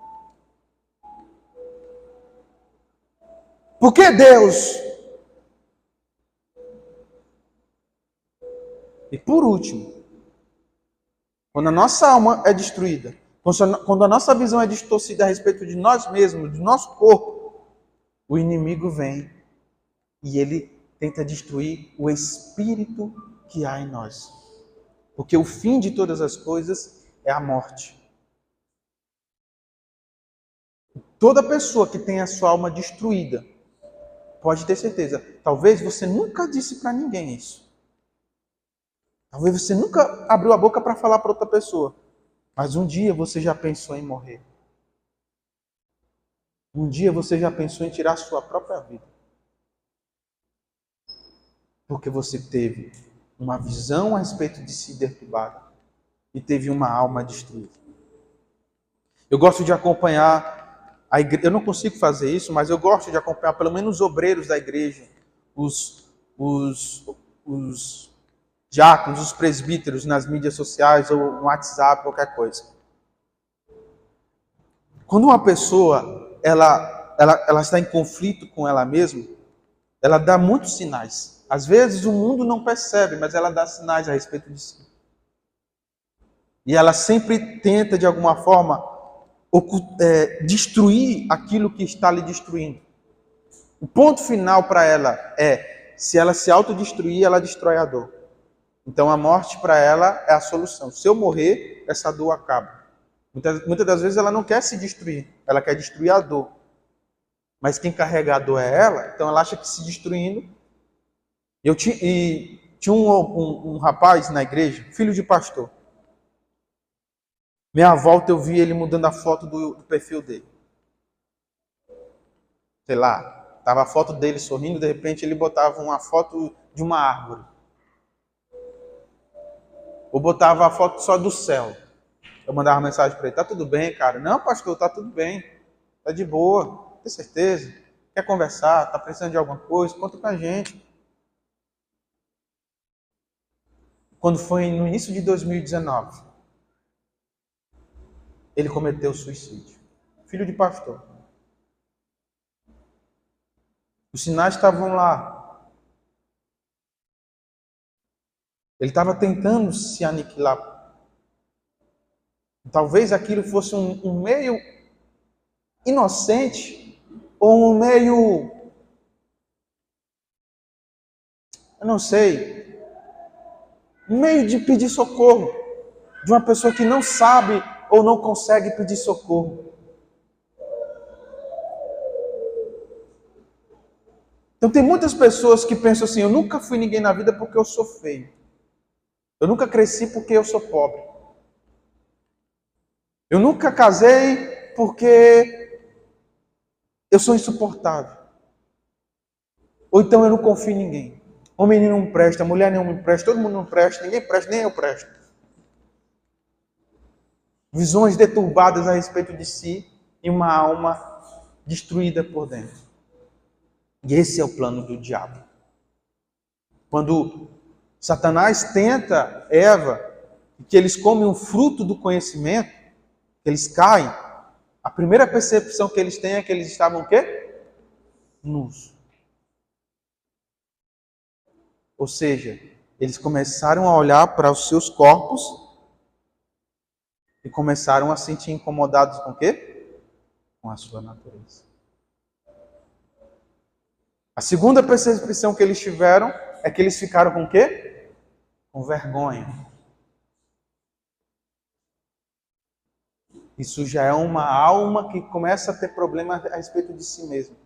Por que Deus? E por último, quando a nossa alma é destruída, quando a nossa visão é distorcida a respeito de nós mesmos, do nosso corpo, o inimigo vem e ele tenta destruir o espírito que há em nós. Porque o fim de todas as coisas é a morte. Toda pessoa que tem a sua alma destruída, pode ter certeza, talvez você nunca disse para ninguém isso. Talvez você nunca abriu a boca para falar para outra pessoa. Mas um dia você já pensou em morrer. Um dia você já pensou em tirar a sua própria vida. Porque você teve uma visão a respeito de si deturbada e teve uma alma destruída. Eu gosto de acompanhar a igreja. Eu não consigo fazer isso, mas eu gosto de acompanhar pelo menos os obreiros da igreja, os diáconos, os presbíteros nas mídias sociais ou no WhatsApp, qualquer coisa. Quando uma pessoa ela está em conflito com ela mesma, ela dá muitos sinais. Às vezes o mundo não percebe, mas ela dá sinais a respeito de si. E ela sempre tenta, de alguma forma, destruir aquilo que está lhe destruindo. O ponto final para ela é, se ela se autodestruir, ela destrói a dor. Então a morte para ela é a solução. Se eu morrer, essa dor acaba. Muitas das vezes ela não quer se destruir, ela quer destruir a dor. Mas quem carrega a dor é ela, então ela acha que se destruindo. Tinha um rapaz na igreja, filho de pastor. Meia volta eu vi ele mudando a foto do perfil dele. Sei lá, estava a foto dele sorrindo, de repente ele botava uma foto de uma árvore. Ou botava a foto só do céu. Eu mandava mensagem para ele, tá tudo bem, cara? Não, pastor, tá tudo bem. Tá de boa, tem certeza? Quer conversar? Tá precisando de alguma coisa? Conta com a gente. quando foi no início de 2019, ele cometeu suicídio. Filho de pastor. Os sinais estavam lá. Ele estava tentando se aniquilar. Talvez aquilo fosse um meio inocente ou um meio, eu não sei, um meio de pedir socorro de uma pessoa que não sabe ou não consegue pedir socorro. Então tem muitas pessoas que pensam assim: eu nunca fui ninguém na vida porque eu sou feio. Eu nunca cresci porque eu sou pobre. Eu nunca casei porque eu sou insuportável. Ou então eu não confio em ninguém. Homem não presta, mulher nenhuma presta, todo mundo não presta, ninguém presta, nem eu presto. Visões deturbadas a respeito de si e uma alma destruída por dentro. E esse é o plano do diabo. Quando Satanás tenta Eva, que eles comem um fruto do conhecimento, que eles caem, a primeira percepção que eles têm é que eles estavam o quê? Nus. Ou seja, eles começaram a olhar para os seus corpos e começaram a se sentir incomodados com o quê? Com a sua natureza. A segunda percepção que eles tiveram é que eles ficaram com o quê? Com vergonha. Isso já é uma alma que começa a ter problema a respeito de si mesmo.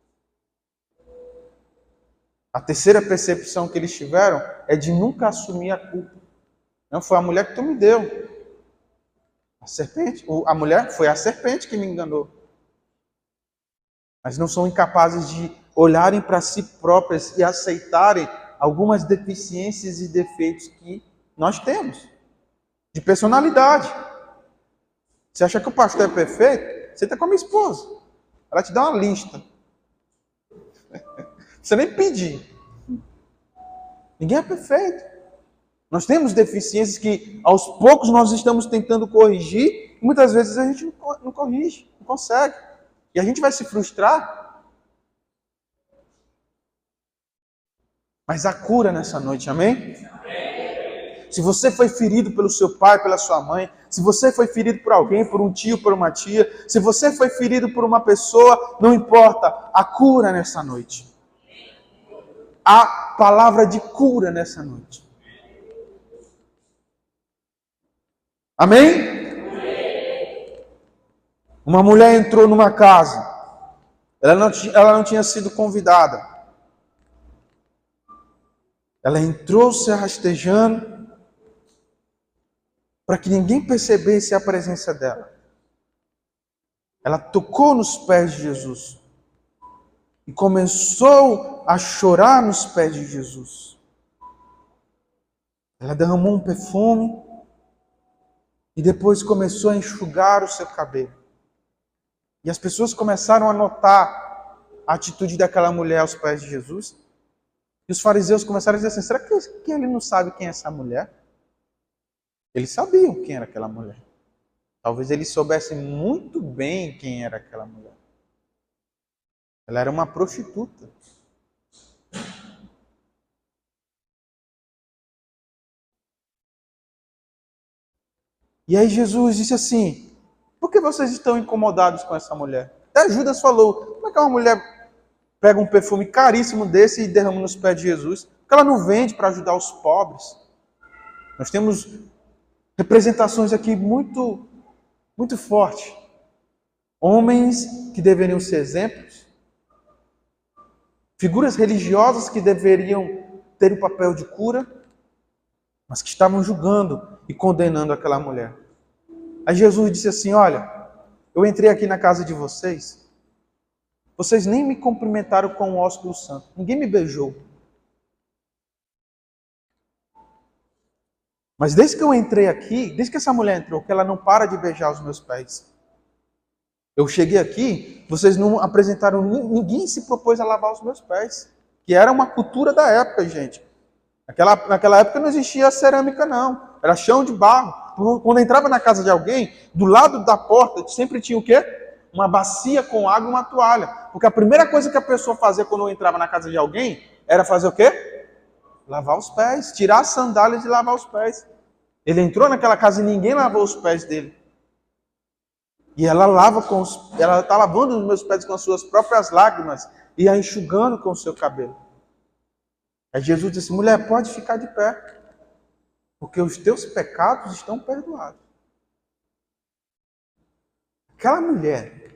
A terceira percepção que eles tiveram é de nunca assumir a culpa. Não foi a mulher que tu me deu. A serpente, a mulher foi a serpente que me enganou. Mas não são incapazes de olharem para si próprias e aceitarem algumas deficiências e defeitos que nós temos. De personalidade. Você acha que o pastor é perfeito? Você está com a minha esposa. Ela te dá uma lista. Você nem pedir. Ninguém é perfeito. Nós temos deficiências que aos poucos nós estamos tentando corrigir e muitas vezes a gente não corrige, não consegue. E a gente vai se frustrar. Mas há cura nessa noite, amém? Se você foi ferido pelo seu pai, pela sua mãe, se você foi ferido por alguém, por um tio, por uma tia, se você foi ferido por uma pessoa, não importa, há cura nessa noite. Há palavra de cura nessa noite. Amém? Uma mulher entrou numa casa. Ela não tinha sido convidada. Ela entrou se rastejando para que ninguém percebesse a presença dela. Ela tocou nos pés de Jesus e começou a chorar nos pés de Jesus. Ela derramou um perfume e depois começou a enxugar o seu cabelo. E as pessoas começaram a notar a atitude daquela mulher aos pés de Jesus. E os fariseus começaram a dizer assim: será que ele não sabe quem é essa mulher? Eles sabiam quem era aquela mulher. Talvez eles soubessem muito bem quem era aquela mulher. Ela era uma prostituta. E aí Jesus disse assim: por que vocês estão incomodados com essa mulher? Até Judas falou: como é que uma mulher pega um perfume caríssimo desse e derrama nos pés de Jesus? Porque ela não vende para ajudar os pobres. Nós temos representações aqui muito, muito fortes. Homens que deveriam ser exemplos. Figuras religiosas que deveriam ter o papel de cura, mas que estavam julgando e condenando aquela mulher. Aí Jesus disse assim: olha, eu entrei aqui na casa de vocês, vocês nem me cumprimentaram com o ósculo santo, ninguém me beijou. Mas desde que eu entrei aqui, desde que essa mulher entrou, que ela não para de beijar os meus pés. Eu cheguei aqui, vocês não apresentaram, ninguém se propôs a lavar os meus pés, que era uma cultura da época, gente. Naquela época não existia cerâmica, não. Era chão de barro. Quando entrava na casa de alguém, do lado da porta sempre tinha o quê? Uma bacia com água e uma toalha. Porque a primeira coisa que a pessoa fazia quando entrava na casa de alguém era fazer o quê? Lavar os pés, tirar as sandálias e lavar os pés. Ele entrou naquela casa e ninguém lavou os pés dele. E ela está lavando os meus pés com as suas próprias lágrimas e a enxugando com o seu cabelo. Aí Jesus disse: mulher, pode ficar de pé, porque os teus pecados estão perdoados. Aquela mulher,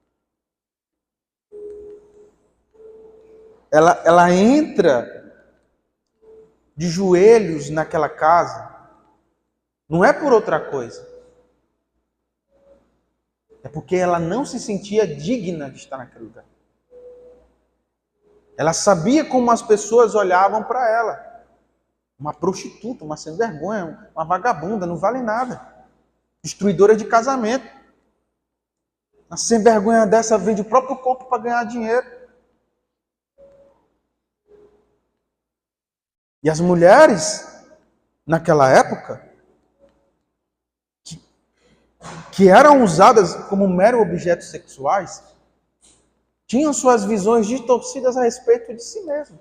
ela entra de joelhos naquela casa, não é por outra coisa. É porque ela não se sentia digna de estar naquele lugar. Ela sabia como as pessoas olhavam para ela. Uma prostituta, uma sem vergonha, uma vagabunda, não vale nada. Destruidora de casamento. Uma sem vergonha dessa vende o próprio corpo para ganhar dinheiro. E as mulheres, naquela época, que eram usadas como mero objetos sexuais, tinham suas visões distorcidas a respeito de si mesmo.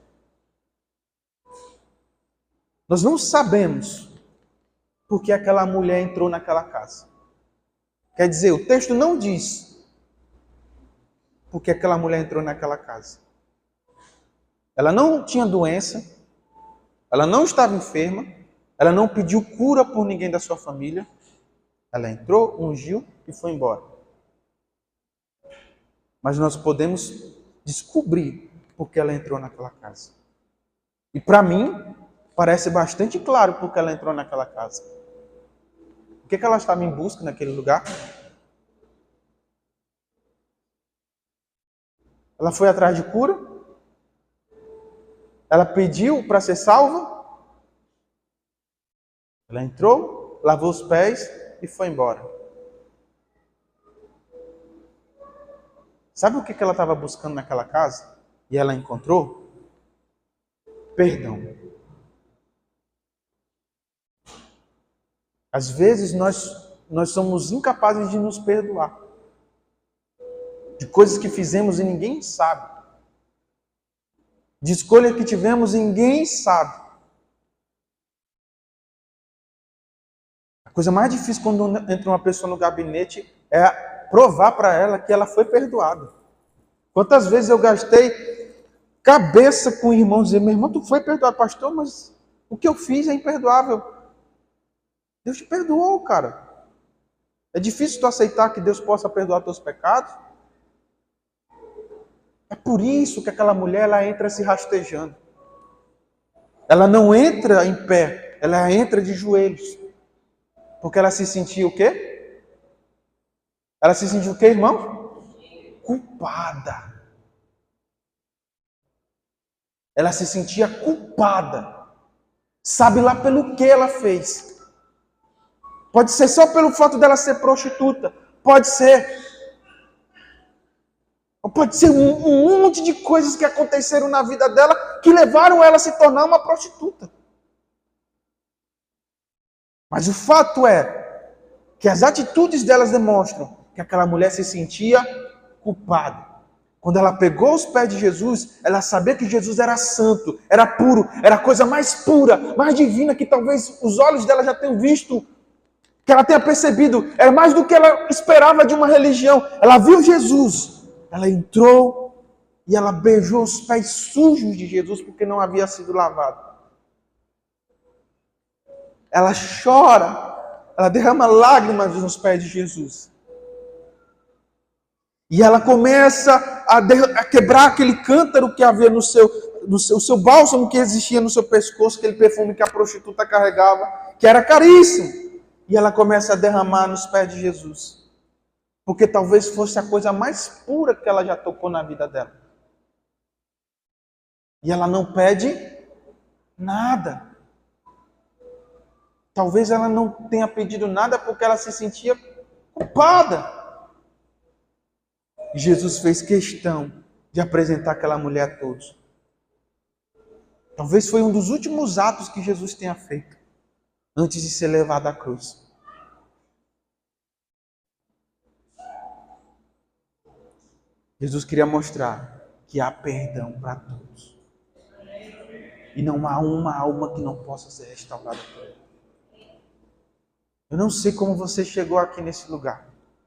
Nós não sabemos por que aquela mulher entrou naquela casa. Quer dizer, o texto não diz por que aquela mulher entrou naquela casa. Ela não tinha doença, ela não estava enferma, ela não pediu cura por ninguém da sua família. Ela entrou, ungiu e foi embora. Mas nós podemos descobrir por que ela entrou naquela casa. E para mim, parece bastante claro por que ela entrou naquela casa. O que ela estava em busca naquele lugar? Ela foi atrás de cura? Ela pediu para ser salva? Ela entrou, lavou os pés e foi embora. Sabe o que ela estava buscando naquela casa? E ela encontrou? Perdão. Às vezes nós somos incapazes de nos perdoar. De coisas que fizemos e ninguém sabe. De escolha que tivemos e ninguém sabe. A coisa mais difícil quando entra uma pessoa no gabinete é provar para ela que ela foi perdoada. Quantas vezes eu gastei cabeça com o irmão, dizer: meu irmão, tu foi perdoado, pastor, mas o que eu fiz é imperdoável. Deus te perdoou, cara. É difícil tu aceitar que Deus possa perdoar teus pecados? É por isso que aquela mulher, ela entra se rastejando. Ela não entra em pé, ela entra de joelhos. Porque ela se sentia o quê? Ela se sentia o quê, irmão? Culpada. Ela se sentia culpada. Sabe lá pelo que ela fez. Pode ser só pelo fato dela ser prostituta. Pode ser. Pode ser um monte de coisas que aconteceram na vida dela que levaram ela a se tornar uma prostituta. Mas o fato é que as atitudes delas demonstram que aquela mulher se sentia culpada. Quando ela pegou os pés de Jesus, ela sabia que Jesus era santo, era puro, era a coisa mais pura, mais divina que talvez os olhos dela já tenham visto, que ela tenha percebido. Era mais do que ela esperava de uma religião. Ela viu Jesus, ela entrou e ela beijou os pés sujos de Jesus porque não havia sido lavado. Ela chora, ela derrama lágrimas nos pés de Jesus. E ela começa a quebrar aquele cântaro que havia no seu bálsamo que existia no seu pescoço, aquele perfume que a prostituta carregava, que era caríssimo. E ela começa a derramar nos pés de Jesus. Porque talvez fosse a coisa mais pura que ela já tocou na vida dela. E ela não pede nada. Talvez ela não tenha pedido nada porque ela se sentia culpada. E Jesus fez questão de apresentar aquela mulher a todos. Talvez foi um dos últimos atos que Jesus tenha feito antes de ser levado à cruz. Jesus queria mostrar que há perdão para todos. E não há uma alma que não possa ser restaurada por ele. Eu não sei como você chegou aqui nesse lugar.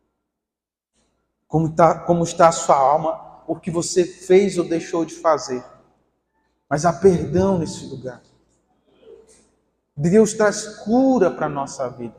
Como está a sua alma, o que você fez ou deixou de fazer. Mas há perdão nesse lugar. Deus traz cura para a nossa vida.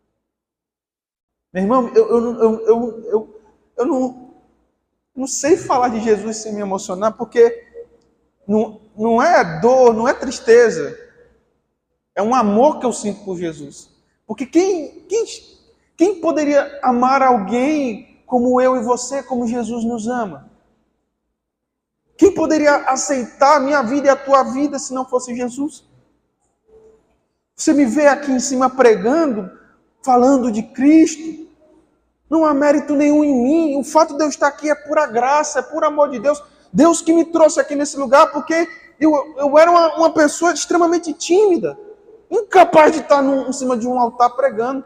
Meu irmão, eu não sei falar de Jesus sem me emocionar, porque não é dor, não é tristeza. É um amor que eu sinto por Jesus. Porque quem poderia amar alguém como eu e você, como Jesus nos ama? Quem poderia aceitar a minha vida e a tua vida se não fosse Jesus? Você me vê aqui em cima pregando, falando de Cristo. Não há mérito nenhum em mim. O fato de eu estar aqui é pura graça, é por amor de Deus. Deus que me trouxe aqui nesse lugar, porque eu era uma pessoa extremamente tímida, incapaz de estar em cima de um altar pregando.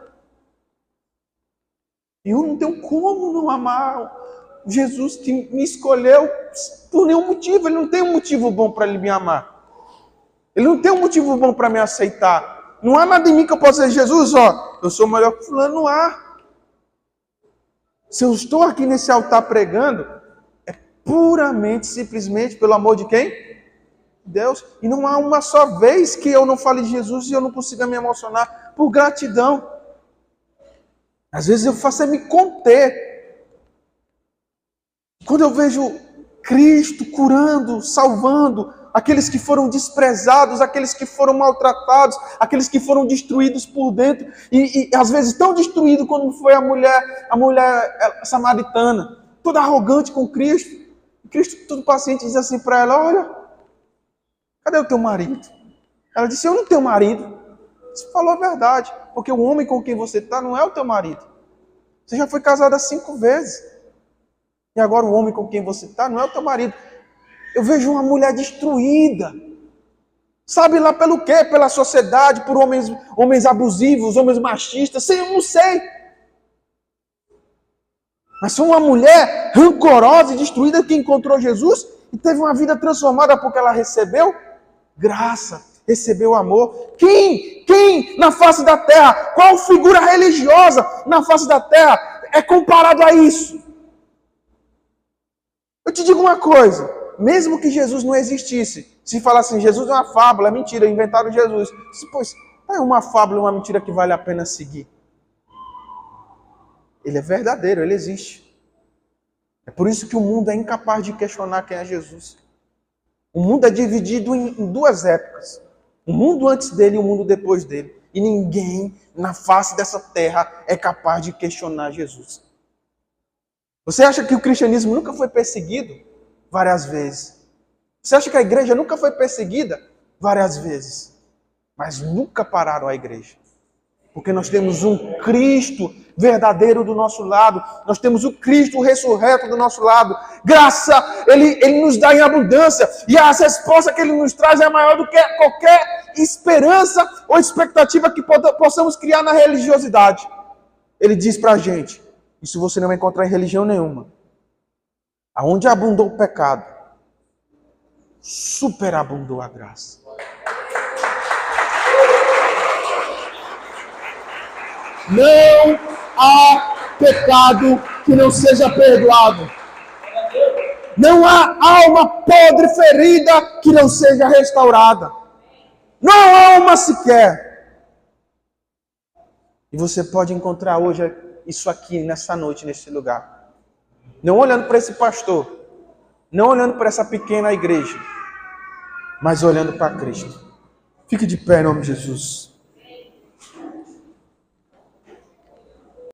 E eu não tenho como não amar Jesus que me escolheu por nenhum motivo. Ele não tem um motivo bom para ele me amar. Ele não tem um motivo bom para me aceitar. Não há nada em mim que eu possa dizer, Jesus, ó, eu sou melhor que fulano. Não há. Se eu estou aqui nesse altar pregando, é puramente, simplesmente pelo amor de quem? Deus. E não há uma só vez que eu não fale de Jesus e eu não consiga me emocionar por gratidão. Às vezes eu faço é me conter. Quando eu vejo Cristo curando, salvando aqueles que foram desprezados, aqueles que foram maltratados, aqueles que foram destruídos por dentro, e às vezes tão destruído como foi a mulher samaritana, toda arrogante com Cristo. Cristo, todo paciente, diz assim para ela, olha, cadê o teu marido? Ela disse, eu não tenho marido. Você falou a verdade, porque o homem com quem você está não é o teu marido. Você já foi casada 5 vezes. E agora o homem com quem você está não é o teu marido. Eu vejo uma mulher destruída. Sabe lá pelo quê? Pela sociedade, por homens abusivos, homens machistas. Eu não sei. Mas foi uma mulher rancorosa e destruída que encontrou Jesus e teve uma vida transformada porque ela recebeu graça, recebeu amor. Quem na face da terra, qual figura religiosa na face da terra é comparado a isso? Eu te digo uma coisa, mesmo que Jesus não existisse, se falar assim, Jesus é uma fábula, é mentira, inventaram Jesus. Pois, é uma fábula, uma mentira que vale a pena seguir. Ele é verdadeiro, ele existe. É por isso que o mundo é incapaz de questionar quem é Jesus. O mundo é dividido em 2 épocas. O mundo antes dele e o mundo depois dele. E ninguém na face dessa terra é capaz de questionar Jesus. Você acha que o cristianismo nunca foi perseguido? Várias vezes. Você acha que a igreja nunca foi perseguida? Várias vezes. Mas nunca pararam a igreja. Porque nós temos um Cristo verdadeiro do nosso lado. Nós temos o Cristo ressurreto do nosso lado. Graça, Ele nos dá em abundância. E a resposta que Ele nos traz é maior do que qualquer esperança ou expectativa que possamos criar na religiosidade. Ele diz pra gente, isso você não vai encontrar em religião nenhuma. Aonde abundou o pecado, superabundou a graça. Não há pecado que não seja perdoado. Não há alma podre, ferida, que não seja restaurada. Não há uma sequer. E você pode encontrar hoje isso aqui, nessa noite, nesse lugar. Não olhando para esse pastor, não olhando para essa pequena igreja, mas olhando para Cristo. Fique de pé em nome de Jesus.